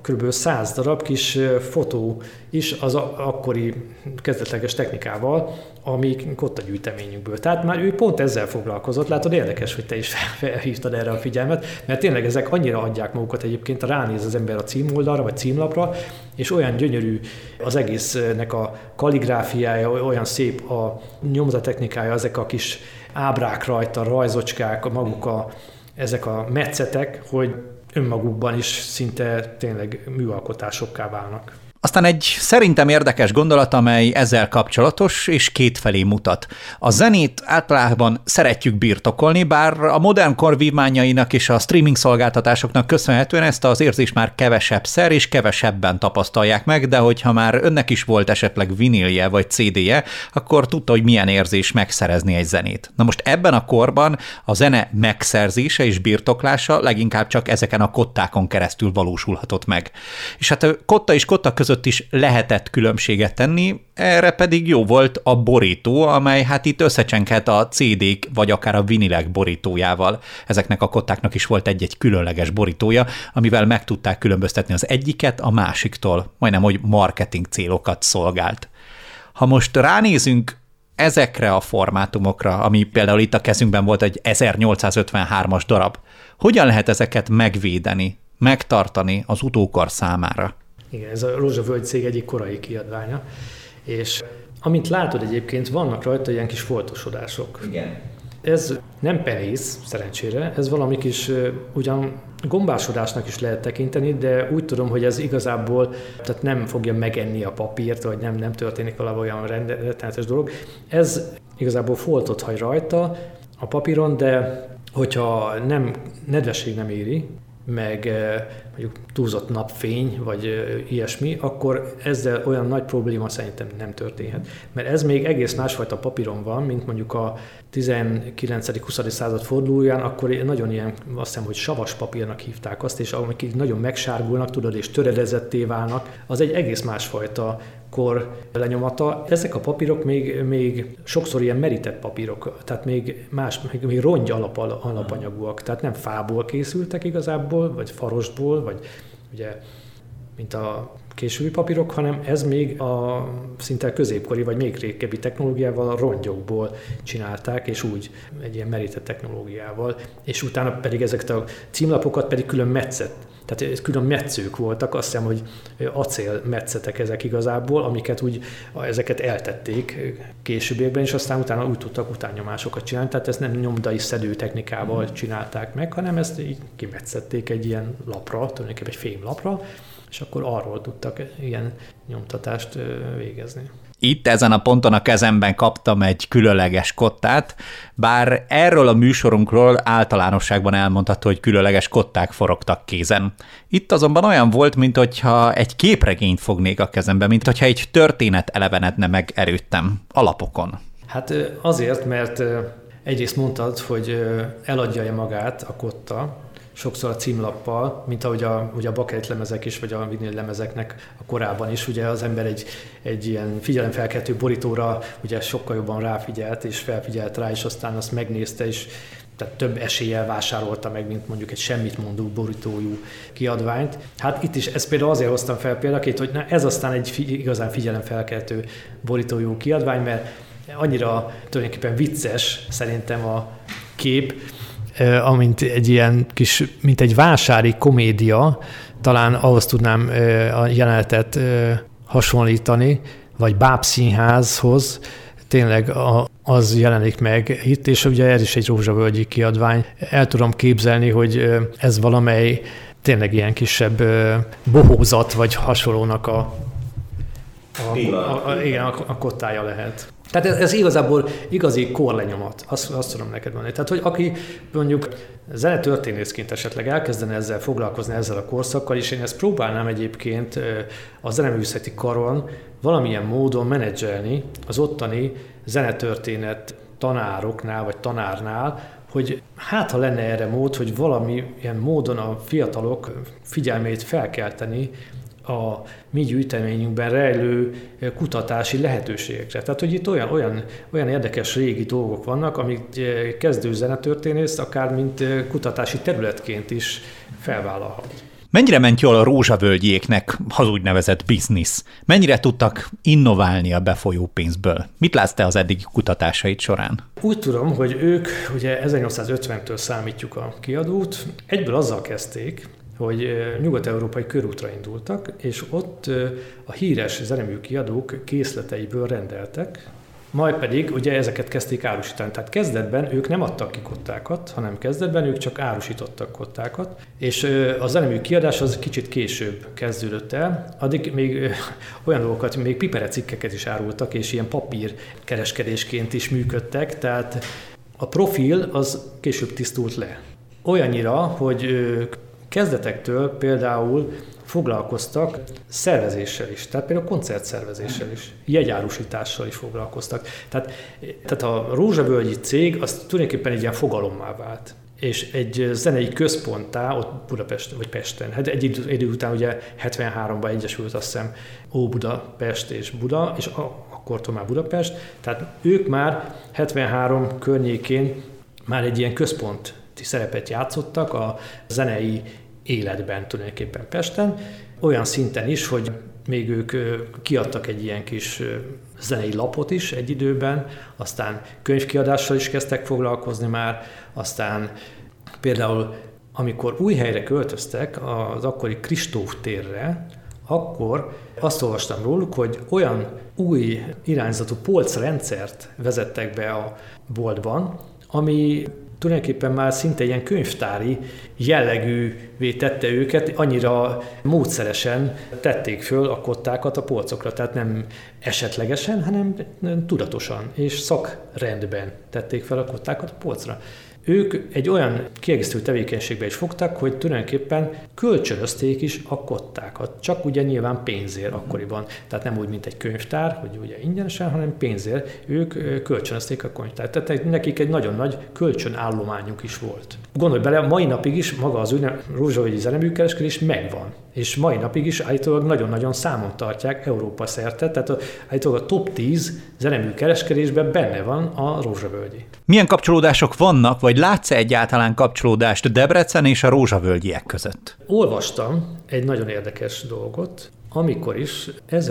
kb. 100 darab kis fotó is az akkori kezdetleges technikával, ami kottagyűjteményünkből. Tehát már ő pont ezzel foglalkozott, látod, érdekes, hogy te is felhívtad erre a figyelmet, mert tényleg ezek annyira adják magukat egyébként, ránéz az ember a címoldalra, vagy címlapra, és olyan gyönyörű az egésznek a kalligráfiája, olyan szép a nyomzattechnikája, ezek a kis ábrák rajta, rajzocskák, ezek a metszetek, hogy önmagukban is szinte tényleg műalkotásokká válnak. Aztán egy szerintem érdekes gondolat, amely ezzel kapcsolatos és kétfelé mutat. A zenét általában szeretjük birtokolni, bár a modern kor vívmányainak és a streaming szolgáltatásoknak köszönhetően ezt az érzést már kevesebbszer és kevesebben tapasztalják meg, de hogyha már önnek is volt esetleg vinilje vagy CD-je, akkor tudta, hogy milyen érzés megszerezni egy zenét. Na most ebben a korban a zene megszerzése és birtoklása leginkább csak ezeken a kottákon keresztül valósulhatott meg. És hát kotta és kotta között is lehetett különbséget tenni, erre pedig jó volt a borító, amely hát itt összecsenket a CD-k vagy akár a vinilek borítójával. Ezeknek a kottáknak is volt egy-egy különleges borítója, amivel meg tudták különböztetni az egyiket a másiktól, majdnem, hogy marketing célokat szolgált. Ha most ránézünk ezekre a formátumokra, ami például itt a kezünkben volt egy 1853-as darab, hogyan lehet ezeket megvédeni, megtartani az utókor számára? Igen, ez a Rózsavölgy cég egyik korai kiadványa, és amint látod egyébként, vannak rajta ilyen kis foltosodások. Igen. Ez nem penész, szerencsére, ez valami kis, ugyan gombásodásnak is lehet tekinteni, de úgy tudom, hogy ez igazából tehát nem fogja megenni a papírt, vagy nem történik valami olyan rettenetes dolog. Ez igazából foltot hagy rajta a papíron, de hogyha nedvesség nem éri, meg mondjuk túlzott napfény, vagy ilyesmi, akkor ezzel olyan nagy probléma szerintem nem történhet. Mert ez még egész másfajta papíron van, mint mondjuk a 19.-20. század fordulóján, akkor nagyon ilyen, azt hiszem, hogy savas papírnak hívták azt, és amik nagyon megsárgulnak, tudod, és töredezetté válnak, az egy egész másfajta kor lenyomata. Ezek a papírok még sokszor ilyen merített papírok, tehát még rongy alapanyagúak, tehát nem fából készültek igazából, vagy farostból, vagy ugye, mint a későbbi papírok, hanem ez még a szinte középkori, vagy még régebbi technológiával a rongyokból csinálták, és úgy egy ilyen merített technológiával, és utána pedig ezeket a címlapokat pedig külön metszett. Tehát külön metszők voltak, azt hiszem, hogy acélmetszetek ezek igazából, amiket ezeket eltették későbbiekben, és aztán utána úgy tudtak utányomásokat csinálni, tehát ezt nem nyomdai szedő technikával csinálták meg, hanem ezt így kimetszették egy ilyen lapra, tulajdonképpen egy fémlapra, és akkor arról tudtak ilyen nyomtatást végezni. Itt ezen a ponton a kezemben kaptam egy különleges kottát, bár erről a műsorunkról általánosságban elmondható, hogy különleges kották forogtak kézen. Itt azonban olyan volt, minthogyha egy képregényt fognék a kezembe, minthogyha egy történet elevenedne meg előttem, alapokon. Hát azért, mert egyrészt mondtad, hogy eladja magát a kotta, sokszor a címlappal, mint ahogy a bakelit lemezek is, vagy a vinil lemezeknek a korában is, ugye az ember egy ilyen figyelemfelkeltő borítóra ugye sokkal jobban ráfigyelt, és felfigyelt rá, és aztán azt megnézte, és tehát több eséllyel vásárolta meg, mint mondjuk egy semmitmondó borítójú kiadványt. Hát itt is, ezt például azért hoztam fel példaként, hogy ez aztán egy igazán figyelemfelkeltő borítójú kiadvány, mert annyira tulajdonképpen vicces szerintem a kép, amint egy ilyen kis, mint egy vásári komédia, talán ahhoz tudnám a jelenetet hasonlítani, vagy bábszínházhoz, tényleg az jelenik meg itt, és ugye ez is egy rózsavölgyi kiadvány. El tudom képzelni, hogy ez valamely tényleg ilyen kisebb bohózat, vagy hasonlónak a kottája lehet. Tehát ez igazából igazi korlenyomat, azt tudom neked mondani. Tehát, hogy aki mondjuk zenetörténészként esetleg elkezdene ezzel foglalkozni, ezzel a korszakkal, és én ezt próbálnám egyébként a zeneművészeti karon valamilyen módon menedzselni az ottani zenetörténet tanároknál, vagy tanárnál, hogy hát ha lenne erre mód, hogy valamilyen módon a fiatalok figyelmét felkelteni a mi gyűjteményünkben rejlő kutatási lehetőségekre. Tehát, hogy itt olyan érdekes régi dolgok vannak, amik kezdő zenetörténész akár mint kutatási területként is felvállalhat. Mennyire ment jól a rózsavölgyéknek az úgynevezett biznisz? Mennyire tudtak innoválni a befolyó pénzből? Mit látsz te az eddigi kutatásait során? Úgy tudom, hogy ők ugye 1850-től számítjuk a kiadót, egyből azzal kezdték, hogy nyugat-európai körútra indultak, és ott a híres zenemű kiadók készleteiből rendeltek, majd pedig ugye ezeket kezdték árusítani. Tehát kezdetben ők nem adtak ki kottákat, hanem kezdetben ők csak árusítottak kottákat, és a zenemű kiadás az kicsit később kezdődött el, addig még olyan dolgokat, még piperecikkeket is árultak, és ilyen papírkereskedésként is működtek, tehát a profil az később tisztult le. Olyannyira, hogy ők kezdetektől például foglalkoztak szervezéssel is, tehát például koncertszervezéssel is, jegyárusítással is foglalkoztak. Tehát a rózsavölgyi cég az tulajdonképpen egy ilyen fogalommá vált, és egy zenei központtá ott Budapesten, vagy Pesten. Hát egy idő után ugye 73-ban egyesült, azt hiszem, Óbuda, Pest és Buda, és akkortól már Budapest, tehát ők már 73 környékén már egy ilyen központi szerepet játszottak a zenei életben tulajdonképpen Pesten, olyan szinten is, hogy még ők kiadtak egy ilyen kis zenei lapot is egy időben, aztán könyvkiadással is kezdtek foglalkozni már, aztán például amikor új helyre költöztek, az akkori Kristóf térre, akkor azt olvastam róluk, hogy olyan új irányzatú polcrendszert vezettek be a boltban, ami tulajdonképpen már szinte ilyen könyvtári jellegűvé tette őket, annyira módszeresen tették föl a kottákat a polcokra, tehát nem esetlegesen, hanem tudatosan és szakrendben tették fel a kottákat a polcra. Ők egy olyan kiegészítő tevékenységbe is fogtak, hogy tulajdonképpen kölcsönözték is a kottákat, csak ugye nyilván pénzért akkoriban, tehát nem úgy, mint egy könyvtár, hogy ugye ingyenesen, hanem pénzért ők kölcsönözték a könyvtárt. Tehát nekik egy nagyon nagy kölcsönállományuk is volt. Gondolj bele, mai napig is maga az rózsavölgyi zeneműkereskedés megvan, és mai napig is állítólag nagyon-nagyon számon tartják Európa szerte, tehát állítólag a top 10 zeneműkereskedésben benne van a rózsavölgyi. Milyen kapcsolódások vannak, vagy látsz-e egyáltalán kapcsolódást Debrecen és a rózsavölgyiek között? Olvastam egy nagyon érdekes dolgot, amikor is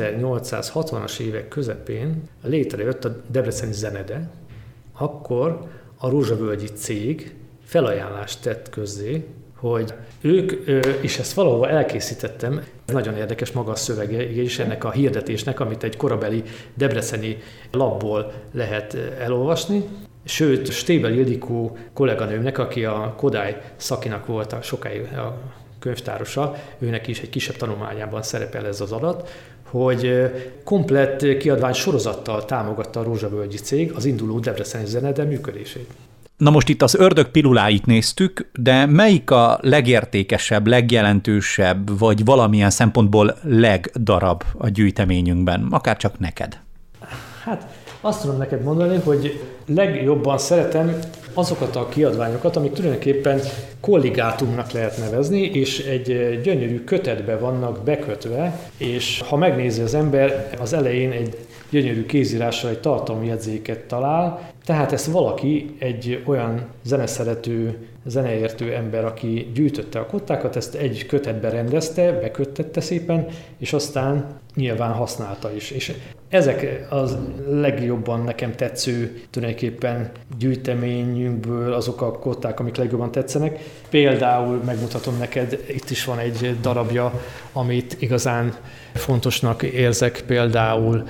1860-as évek közepén létrejött a Debreceni Zenede, akkor a rózsavölgyi cég felajánlást tett közzé, hogy ők, és ezt valahol elkészítettem, nagyon érdekes maga a szövege és ennek a hirdetésnek, amit egy korabeli debreceni lapból lehet elolvasni. Sőt, Stébel Ildikó kolléganőmnek, aki a Kodály Szakinak volt sokáig a könyvtárosa, őnek is egy kisebb tanulmányában szerepel ez az adat, hogy komplett kiadvány sorozattal támogatta a rózsavölgyi cég az induló Debreceni Zenede működését. Na most itt az ördög pilluláit néztük, de melyik a legértékesebb, legjelentősebb, vagy valamilyen szempontból legdarabb a gyűjteményünkben, akár csak neked? Hát azt tudom neked mondani, hogy legjobban szeretem azokat a kiadványokat, amik tulajdonképpen kolligátumnak lehet nevezni, és egy gyönyörű kötetbe vannak bekötve, és ha megnézi az ember, az elején egy gyönyörű kézírással egy tartalomjegyzéket talál, tehát ezt valaki, egy olyan zeneszerető, zeneértő ember, aki gyűjtötte a kottákat, ezt egy kötetbe rendezte, beköttette szépen, és aztán nyilván használta is. És ezek az legjobban nekem tetsző tulajdonképpen gyűjteményünkből azok a kották, amik legjobban tetszenek. Például megmutatom neked, itt is van egy darabja, amit igazán fontosnak érzek, például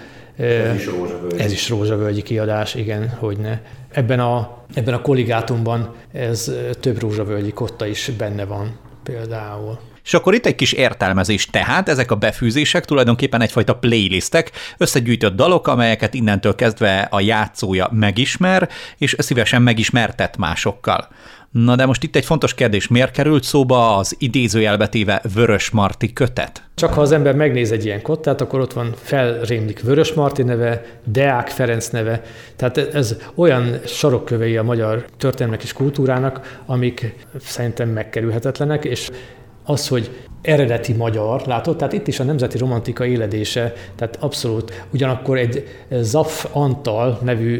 ez is rózsavölgyi kiadás, igen, hogyne. Ebben a kolligátumban ez több rózsavölgyi kotta is benne van például. És akkor itt egy kis értelmezés, tehát ezek a befűzések tulajdonképpen egyfajta playlistek, összegyűjtött dalok, amelyeket innentől kezdve a játszója megismer, és szívesen megismertet másokkal. Na de most itt egy fontos kérdés, miért került szóba az idézőjelbe téve Vörös Marti kötet? Csak ha az ember megnéz egy ilyen kottát, akkor ott van, felrémlik Vörös Marti neve, Deák Ferenc neve, tehát ez olyan sarokkövei a magyar történelmek és kultúrának, amik szerintem megkerülhetetlenek, és az, hogy eredeti magyar, látod? Tehát itt is a nemzeti romantika éledése, tehát abszolút. Ugyanakkor egy Zapf Antal nevű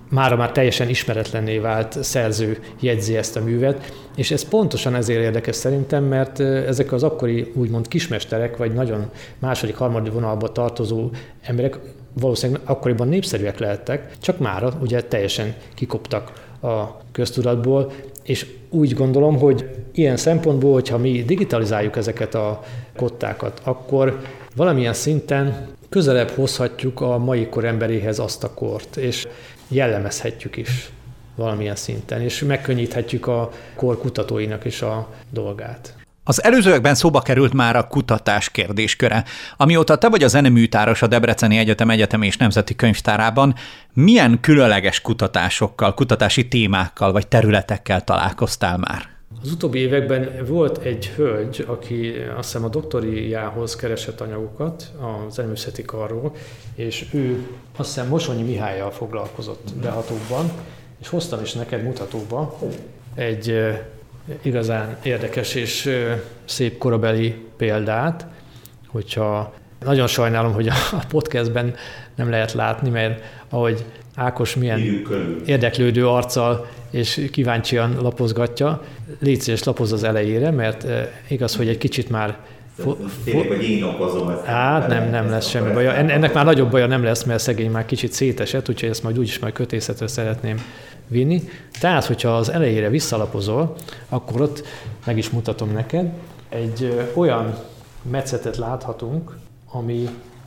mára már teljesen ismeretlenné vált szerző jegyzi ezt a művet, és ez pontosan ezért érdekes szerintem, mert ezek az akkori úgymond kismesterek, vagy nagyon második, harmadik vonalba tartozó emberek valószínűleg akkoriban népszerűek lehettek, csak mára ugye teljesen kikoptak a köztudatból, és úgy gondolom, hogy ilyen szempontból, hogyha mi digitalizáljuk ezeket a kottákat, akkor valamilyen szinten közelebb hozhatjuk a mai kor emberéhez azt a kort, és jellemezhetjük is valamilyen szinten, és megkönnyíthetjük a kor kutatóinak is a dolgát. Az előzőekben szóba került már a kutatás kérdésköre. Amióta te vagy a zeneműtáros a Debreceni Egyetem és Nemzeti Könyvtárában, milyen különleges kutatásokkal, kutatási témákkal vagy területekkel találkoztál már? Az utóbbi években volt egy hölgy, aki azt hiszem a doktoriához keresett anyagokat a zeneművészeti karról, és ő azt hiszem Mosonyi Mihállyal foglalkozott behatóban, és hoztam is neked mutatóba egy igazán érdekes és szép korabeli példát, hogyha nagyon sajnálom, hogy a podcastben nem lehet látni, mert ahogy Ákos milyen érdeklődő arccal és kíváncsian lapozgatja, légy szíves, lapozz az elejére, mert igaz, hogy egy kicsit már... Tényleg, hogy én okozom ezt. Hát nem lesz semmi baja. Ennek már nagyobb baja nem lesz, mert szegény már kicsit szétesett, úgyhogy ezt majd úgyis majd kötészetről szeretném vinni. Tehát, hogyha az elejére visszalapozol, akkor ott meg is mutatom neked, egy olyan metszetet láthatunk, ami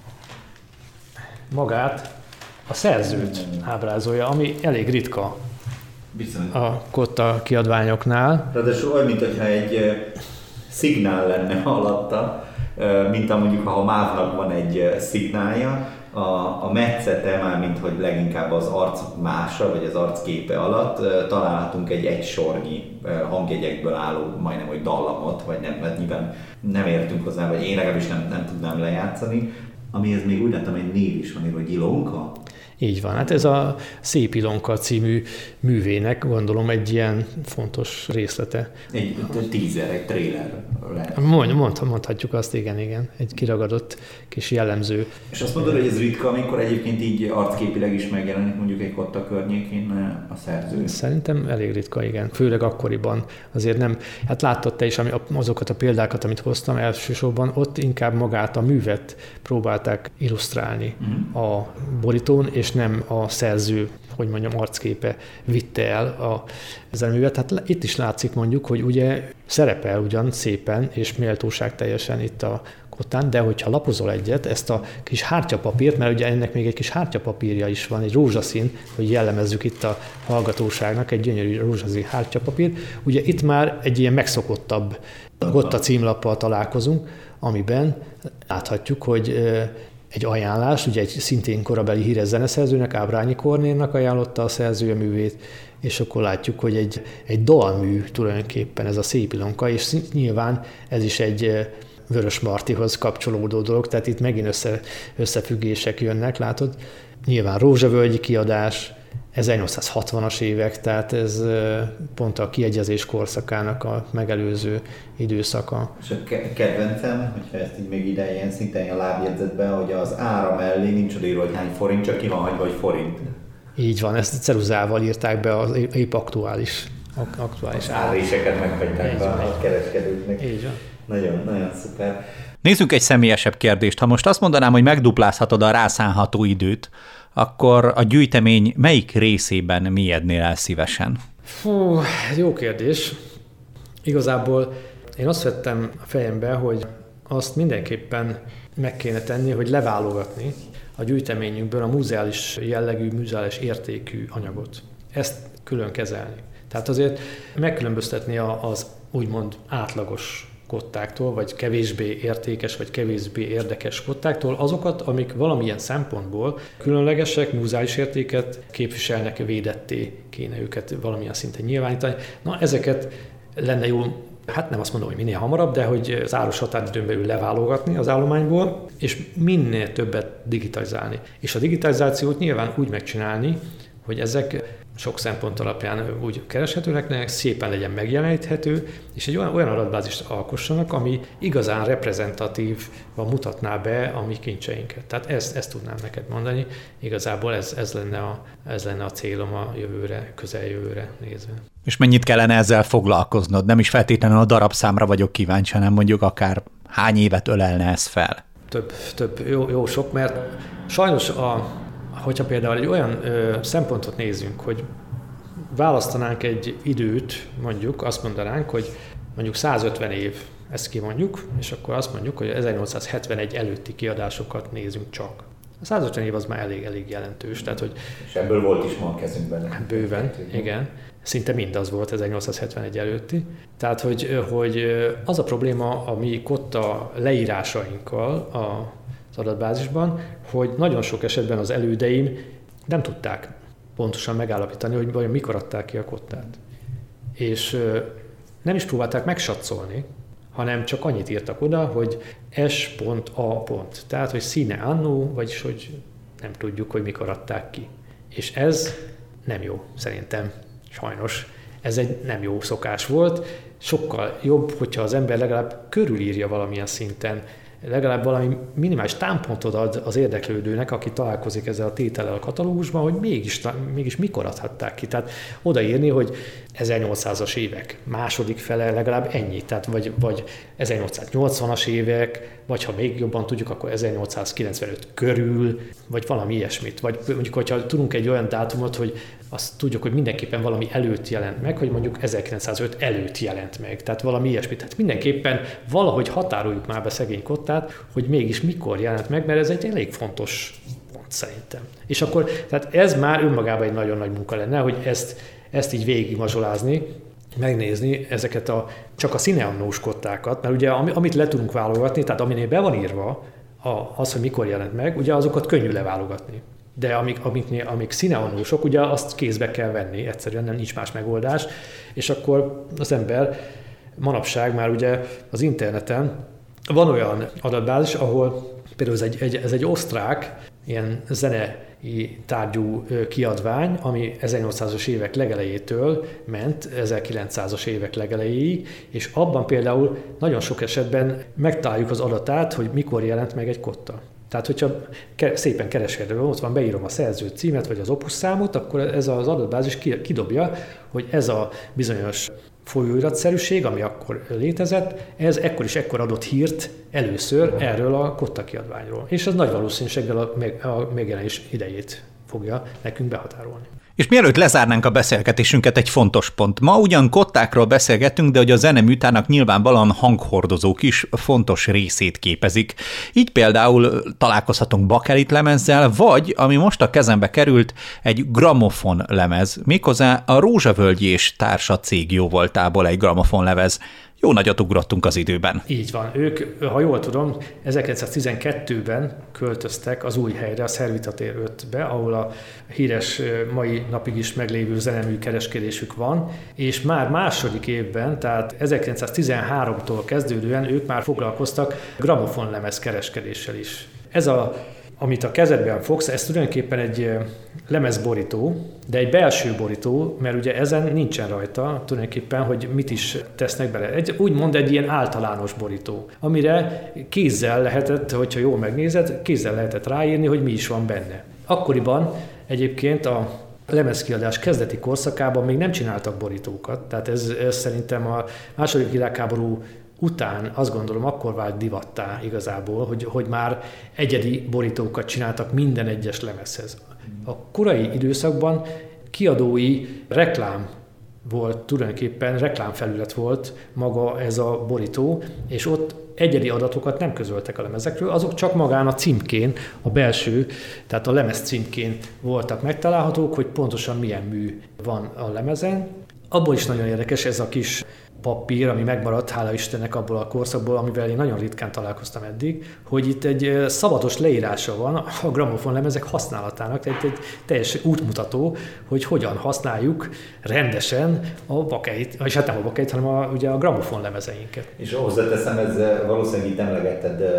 magát a szerzőt ábrázolja, ami elég ritka Bizony. a kotta kiadványoknál. Ráadásul olyan, mintha egy szignál lenne alatta, mint mondjuk, ha a MÁV-nak van egy szignálja, a metszete, már mint hogy leginkább az arcmása, vagy az arcképe alatt találhatunk egy egysornyi hangjegyekből álló, majdnem, hogy dallamot, vagy nem, mert nyilván nem értünk hozzá, vagy én legalábbis nem tudnám lejátszani, amihez még úgy láttam, egy név is van írva, hogy Ilonka. Így van, hát ez a Szép Ilonka című művének gondolom egy ilyen fontos részlete. Egy teaser, egy trailer lehet. Mondhatjuk azt, igen, egy kiragadott kis jellemző. És azt mondod, hogy ez ritka, amikor egyébként így arcképileg is megjelenik mondjuk egy kotta környékén a szerző? Szerintem elég ritka, igen. Főleg akkoriban azért nem, hát láttad te is azokat a példákat, amit hoztam elsősorban, ott inkább magát a művet próbálták illusztrálni a borítón, és nem a szerző, hogy mondjam, arcképe vitte el a zeneművet. Hát itt is látszik mondjuk, hogy ugye szerepel ugyan szépen és méltóság teljesen itt a kottán, de hogyha lapozol egyet, ezt a kis hártyapapírt, mert ugye ennek még egy kis hártyapapírja is van, egy rózsaszín, hogy jellemezzük itt a hallgatóságnak, egy gyönyörű rózsaszín hártyapapír. Ugye itt már egy ilyen megszokottabb kotta címlappal találkozunk, amiben láthatjuk, hogy egy ajánlás, ugye egy szintén korabeli híres zeneszerzőnek, Ábrányi Kornélnak ajánlotta a szerzője művét, és akkor látjuk, hogy egy dalmű tulajdonképpen ez a Szép Ilonka, és nyilván ez is egy Vörösmartyhoz kapcsolódó dolog, tehát itt megint összefüggések jönnek, látod? Nyilván rózsavölgyi kiadás, 1860-as évek, tehát ez pont a kiegyezés korszakának a megelőző időszaka. És a kedvencem, hogyha ezt így még ide ilyen szinten a lábjegyzetben, hogy az ára mellé nincs odaírva, hogy hány forint, csak ki van hagyva, hogy forint. Így van, ezt ceruzával írták be az épp aktuális árréseket meghagyták be a kereskedőknek. Így van. Nagyon, nagyon szuper. Nézzünk egy személyesebb kérdést. Ha most azt mondanám, hogy megduplázhatod a rászánható időt, akkor a gyűjtemény melyik részében mélyednél el szívesen? Fú, jó kérdés. Igazából én azt vettem a fejembe, hogy azt mindenképpen meg kéne tenni, hogy leválogatni a gyűjteményünkből a múzeális jellegű, múzeális értékű anyagot. Ezt külön kezelni. Tehát azért megkülönböztetni az úgymond átlagos kottáktól, vagy kevésbé értékes, vagy kevésbé érdekes kottáktól azokat, amik valamilyen szempontból különlegesek, múzeális értéket képviselnek, védetté kéne őket valamilyen szinten nyilvánítani. Na, ezeket lenne jó, hát nem azt mondom, hogy minél hamarabb, de hogy az áros határidőn belül leválogatni az állományból, és minél többet digitalizálni. És a digitalizációt nyilván úgy megcsinálni, hogy ezek sok szempont alapján úgy kereshetőnek, szépen legyen megjeleníthető, és egy olyan adatbázist alkossanak, ami igazán reprezentatívan mutatná be a mi kincseinket. Tehát ezt tudnám neked mondani. Igazából ez lenne a célom a jövőre, közeljövőre nézve. És mennyit kellene ezzel foglalkoznod? Nem is feltétlenül a darabszámra vagyok kíváncsi, hanem mondjuk akár hány évet ölelne ez fel? Több jó sok, mert sajnos hogyha például egy olyan szempontot nézünk, hogy választanánk egy időt, mondjuk azt mondanánk, hogy mondjuk 150 év, ezt kimondjuk, és akkor azt mondjuk, hogy 1871 előtti kiadásokat nézünk csak. A 150 év az már elég jelentős. Tehát, hogy és ebből volt is ma a kezünkben. Bőven, igen. Szinte mindaz volt 1871 előtti. Tehát, hogy az a probléma a mi kotta leírásainkkal az adatbázisban, hogy nagyon sok esetben az elődeim nem tudták pontosan megállapítani, hogy vajon mikor adták ki a kottát. És nem is próbálták megsatszolni, hanem csak annyit írtak oda, hogy S.A. Tehát, hogy sine anno, vagyis hogy nem tudjuk, hogy mikor adták ki. És ez nem jó, szerintem, sajnos. Ez egy nem jó szokás volt. Sokkal jobb, hogyha az ember legalább körülírja valamilyen szinten, legalább valami minimális támpontot ad az érdeklődőnek, aki találkozik ezzel a tétellel a katalógusban, hogy mégis mikor adhatták ki. Tehát odaírni, hogy 1800-as évek második fele legalább ennyi, tehát vagy 1880-as évek, vagy ha még jobban tudjuk, akkor 1895 körül, vagy valami ilyesmit. Vagy mondjuk, hogyha tudunk egy olyan dátumot, hogy azt tudjuk, hogy mindenképpen valami előtt jelent meg, hogy mondjuk 1905 előtt jelent meg, tehát valami ilyesmit. Tehát mindenképpen valahogy határoljuk már be szegény kottát, hogy mégis mikor jelent meg, mert ez egy elég fontos pont szerintem. És akkor, tehát ez már önmagában egy nagyon nagy munka lenne, hogy ezt így végigmazsolázni, megnézni ezeket csak a színeannós kottákat, mert ugye amit le tudunk válogatni, tehát aminél be van írva az, hogy mikor jelent meg, ugye azokat könnyű leválogatni. De amik színeannósok, ugye azt kézbe kell venni, egyszerűen nem nincs más megoldás, és akkor az ember manapság már ugye az interneten van olyan adatbázis, ahol például ez egy osztrák, ilyen zenei tárgyú kiadvány, ami 1800-as évek legelejétől ment 1900-as évek legelejéig, és abban például nagyon sok esetben megtaláljuk az adatát, hogy mikor jelent meg egy kotta. Tehát, hogyha szépen kereskedőben ott van, beírom a szerző címet, vagy az opus számot, akkor ez az adatbázis kidobja, hogy ez a bizonyos folyóiratszerűség, ami akkor létezett, ez ekkor adott hírt először erről a kotta kiadványról. És az nagy valószínűséggel a megjelenés idejét fogja nekünk behatárolni. És mielőtt lezárnánk a beszélgetésünket, egy fontos pont. Ma ugyan kottákról beszélgetünk, de hogy a zeneműtának nyilvánvalóan hanghordozók is fontos részét képezik. Így például találkozhatunk bakelit lemezzel, vagy, ami most a kezembe került, egy gramofon lemez, méghozzá a Rózsavölgyi és Társa cég jóvoltából egy gramofon lemez. Jó nagyot ugrottunk az időben. Így van. Ők, ha jól tudom, 1912-ben költöztek az új helyre, a Szervitatér 5-be, ahol a híres mai napig is meglévő zenemű kereskedésük van, és már második évben, tehát 1913-tól kezdődően ők már foglalkoztak gramofonlemez kereskedéssel is. Amit a kezedben fogsz, ez tulajdonképpen egy lemezborító, de egy belső borító, mert ugye ezen nincsen rajta tulajdonképpen, hogy mit is tesznek bele. Úgymond egy ilyen általános borító, amire kézzel lehetett, hogyha jól megnézed, kézzel lehetett ráírni, hogy mi is van benne. Akkoriban egyébként a lemezkiadás kezdeti korszakában még nem csináltak borítókat, tehát ez szerintem a II. Világháború után azt gondolom, akkor vált divattá igazából, hogy már egyedi borítókat csináltak minden egyes lemezhez. A korai időszakban kiadói reklám volt, tulajdonképpen reklámfelület volt maga ez a borító, és ott egyedi adatokat nem közöltek a lemezekről, azok csak magán a címkén, a belső, tehát a lemez címkén voltak megtalálhatók, hogy pontosan milyen mű van a lemezen. Abból is nagyon érdekes ez a kis papír, ami megmaradt, hála Istennek abból a korszakból, amivel én nagyon ritkán találkoztam eddig, hogy itt egy szabatos leírása van a gramofonlemezek használatának, tehát egy teljes útmutató, hogy hogyan használjuk rendesen a bakeit, és hát nem a bakeit, hanem ugye a gramofonlemezeinket. És hozzáteszem, ez valószínűleg itt emlegetted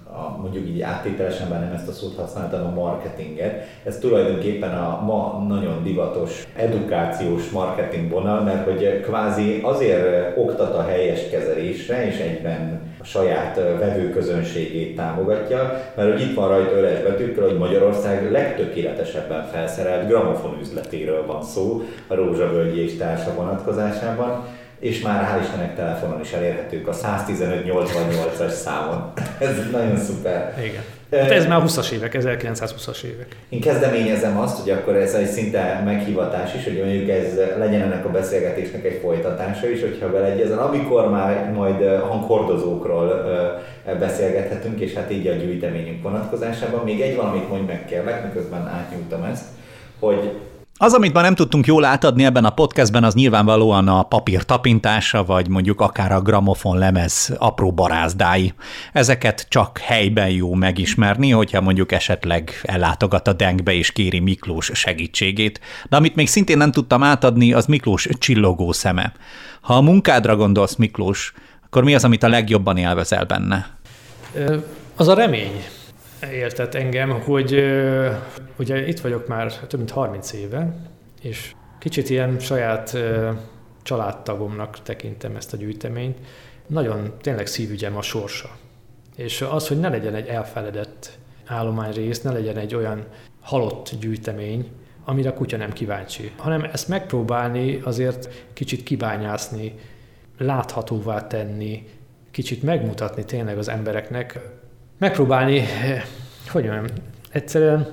mondjuk így áttételesen, bár nem ezt a szót használtam, a marketinget. Ez tulajdonképpen a ma nagyon divatos edukációs marketing vonal, mert hogy kvázi azért oktat a helyes kezelésre, és egyben a saját vevőközönségét támogatja, mert hogy itt van rajta öles betűkkel, hogy Magyarország legtökéletesebben felszerelt gramofonüzletéről van szó a Rózsavölgyi és társa vonatkozásában, és már hál' Istennek telefonon is elérhetők a 11588-as számon. Ez nagyon szuper. Igen. Hát ez már 20-as évek, 1920-as évek. Én kezdeményezem azt, hogy akkor ez egy szinte meghivatás is, hogy mondjuk ez legyen ennek a beszélgetésnek egy folytatása is, hogyha beleegyezel, amikor már majd hanghordozókról beszélgethetünk, és hát így a gyűjteményünk vonatkozásában. Még egy valamit mondj meg kérlek, miközben átnyújtam ezt, hogy az, amit ma nem tudtunk jól átadni ebben a podcastben, az nyilvánvalóan a papír tapintása, vagy mondjuk akár a gramofon lemez apró barázdái. Ezeket csak helyben jó megismerni, hogyha mondjuk esetleg ellátogat a Denkbe és kéri Miklós segítségét. De amit még szintén nem tudtam átadni, az Miklós csillogó szeme. Ha a munkádra gondolsz, Miklós, akkor mi az, amit a legjobban élvezel benne? Az a remény éltet engem, hogy ugye itt vagyok már több mint 30 éve, és kicsit ilyen saját családtagomnak tekintem ezt a gyűjteményt. Nagyon tényleg szívügyem a sorsa. És az, hogy ne legyen egy elfeledett állományrész, ne legyen egy olyan halott gyűjtemény, amire a kutya nem kíváncsi, hanem ezt megpróbálni azért kicsit kibányászni, láthatóvá tenni, kicsit megmutatni tényleg az embereknek, megpróbálni, hogy mondjam, egyszerűen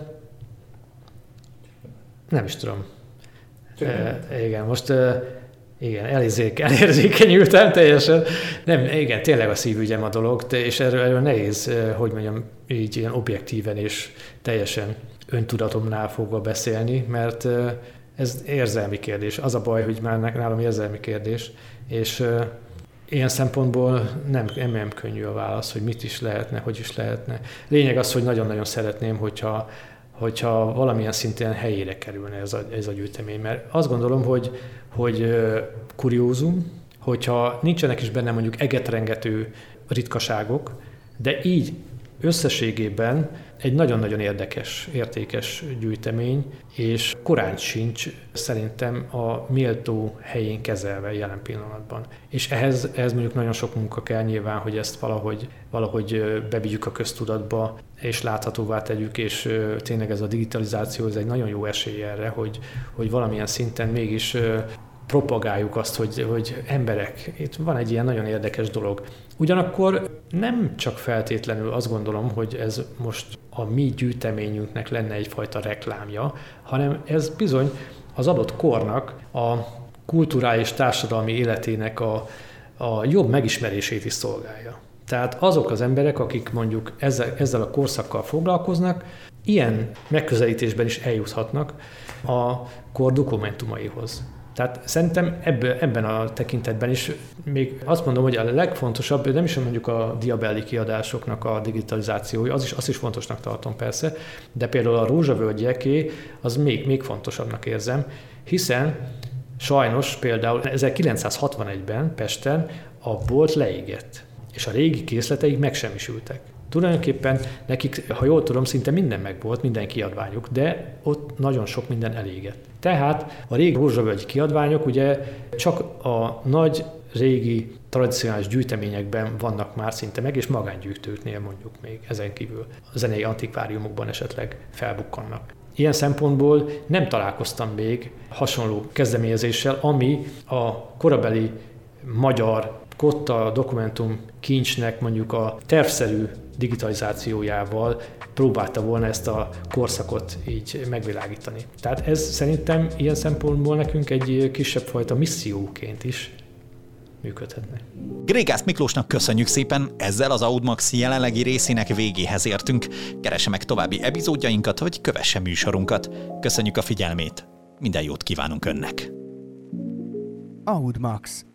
nem is tudom. Igen, most igen, elérzékenyültem teljesen. Nem, igen, tényleg a szívügyem a dolog, és erről nehéz, hogy mondjam, így ilyen objektíven és teljesen öntudatomnál fogva beszélni, mert ez érzelmi kérdés. Az a baj, hogy már nálam érzelmi kérdés, és ilyen szempontból nem könnyű a válasz, hogy mit is lehetne, hogy is lehetne. Lényeg az, hogy nagyon-nagyon szeretném, hogyha valamilyen szinten helyére kerülne ez a gyűjtemény. Mert azt gondolom, hogy kuriózum, hogyha nincsenek is benne mondjuk egetrengető ritkaságok, de így összességében egy nagyon-nagyon érdekes, értékes gyűjtemény, és korán sincs szerintem a méltó helyén kezelve jelen pillanatban. És ehhez mondjuk nagyon sok munka kell nyilván, hogy ezt valahogy bevigyük a köztudatba, és láthatóvá tegyük, és tényleg ez a digitalizáció, ez egy nagyon jó esély erre, hogy valamilyen szinten mégis propagáljuk azt, hogy emberek, itt van egy ilyen nagyon érdekes dolog. Ugyanakkor nem csak feltétlenül azt gondolom, hogy ez most a mi gyűjteményünknek lenne egyfajta reklámja, hanem ez bizony az adott kornak a kulturális társadalmi életének a jobb megismerését is szolgálja. Tehát azok az emberek, akik mondjuk ezzel a korszakkal foglalkoznak, ilyen megközelítésben is eljuthatnak a kor dokumentumaihoz. Tehát szerintem ebben a tekintetben is még azt mondom, hogy a legfontosabb, nem is mondjuk a Diabelli kiadásoknak a digitalizációja, azt is fontosnak tartom persze, de például a Rózsavölgyeké az még fontosabbnak érzem, hiszen sajnos például 1961-ben Pesten a bolt leégett, és a régi készleteik megsemmisültek. Tulajdonképpen nekik, ha jól tudom, szinte minden megvolt, minden kiadványuk, de ott nagyon sok minden elégett. Tehát a régi rózsavölgyi kiadványok ugye csak a nagy, régi, tradicionális gyűjteményekben vannak már szinte meg, és magángyűjtőknél mondjuk még ezen kívül a zenei antikváriumokban esetleg felbukkannak. Ilyen szempontból nem találkoztam még hasonló kezdeményezéssel, ami a korabeli magyar kotta dokumentum kincsnek mondjuk a tervszerű digitalizációjával próbálta volna ezt a korszakot így megvilágítani. Tehát ez szerintem ilyen szempontból nekünk egy kisebb fajta misszióként is működhetne. Grégász Miklósnak köszönjük szépen, ezzel az Audmax jelenlegi részének végéhez értünk. Keresse meg további epizódjainkat, vagy kövesse műsorunkat. Köszönjük a figyelmét, minden jót kívánunk önnek! Audmax.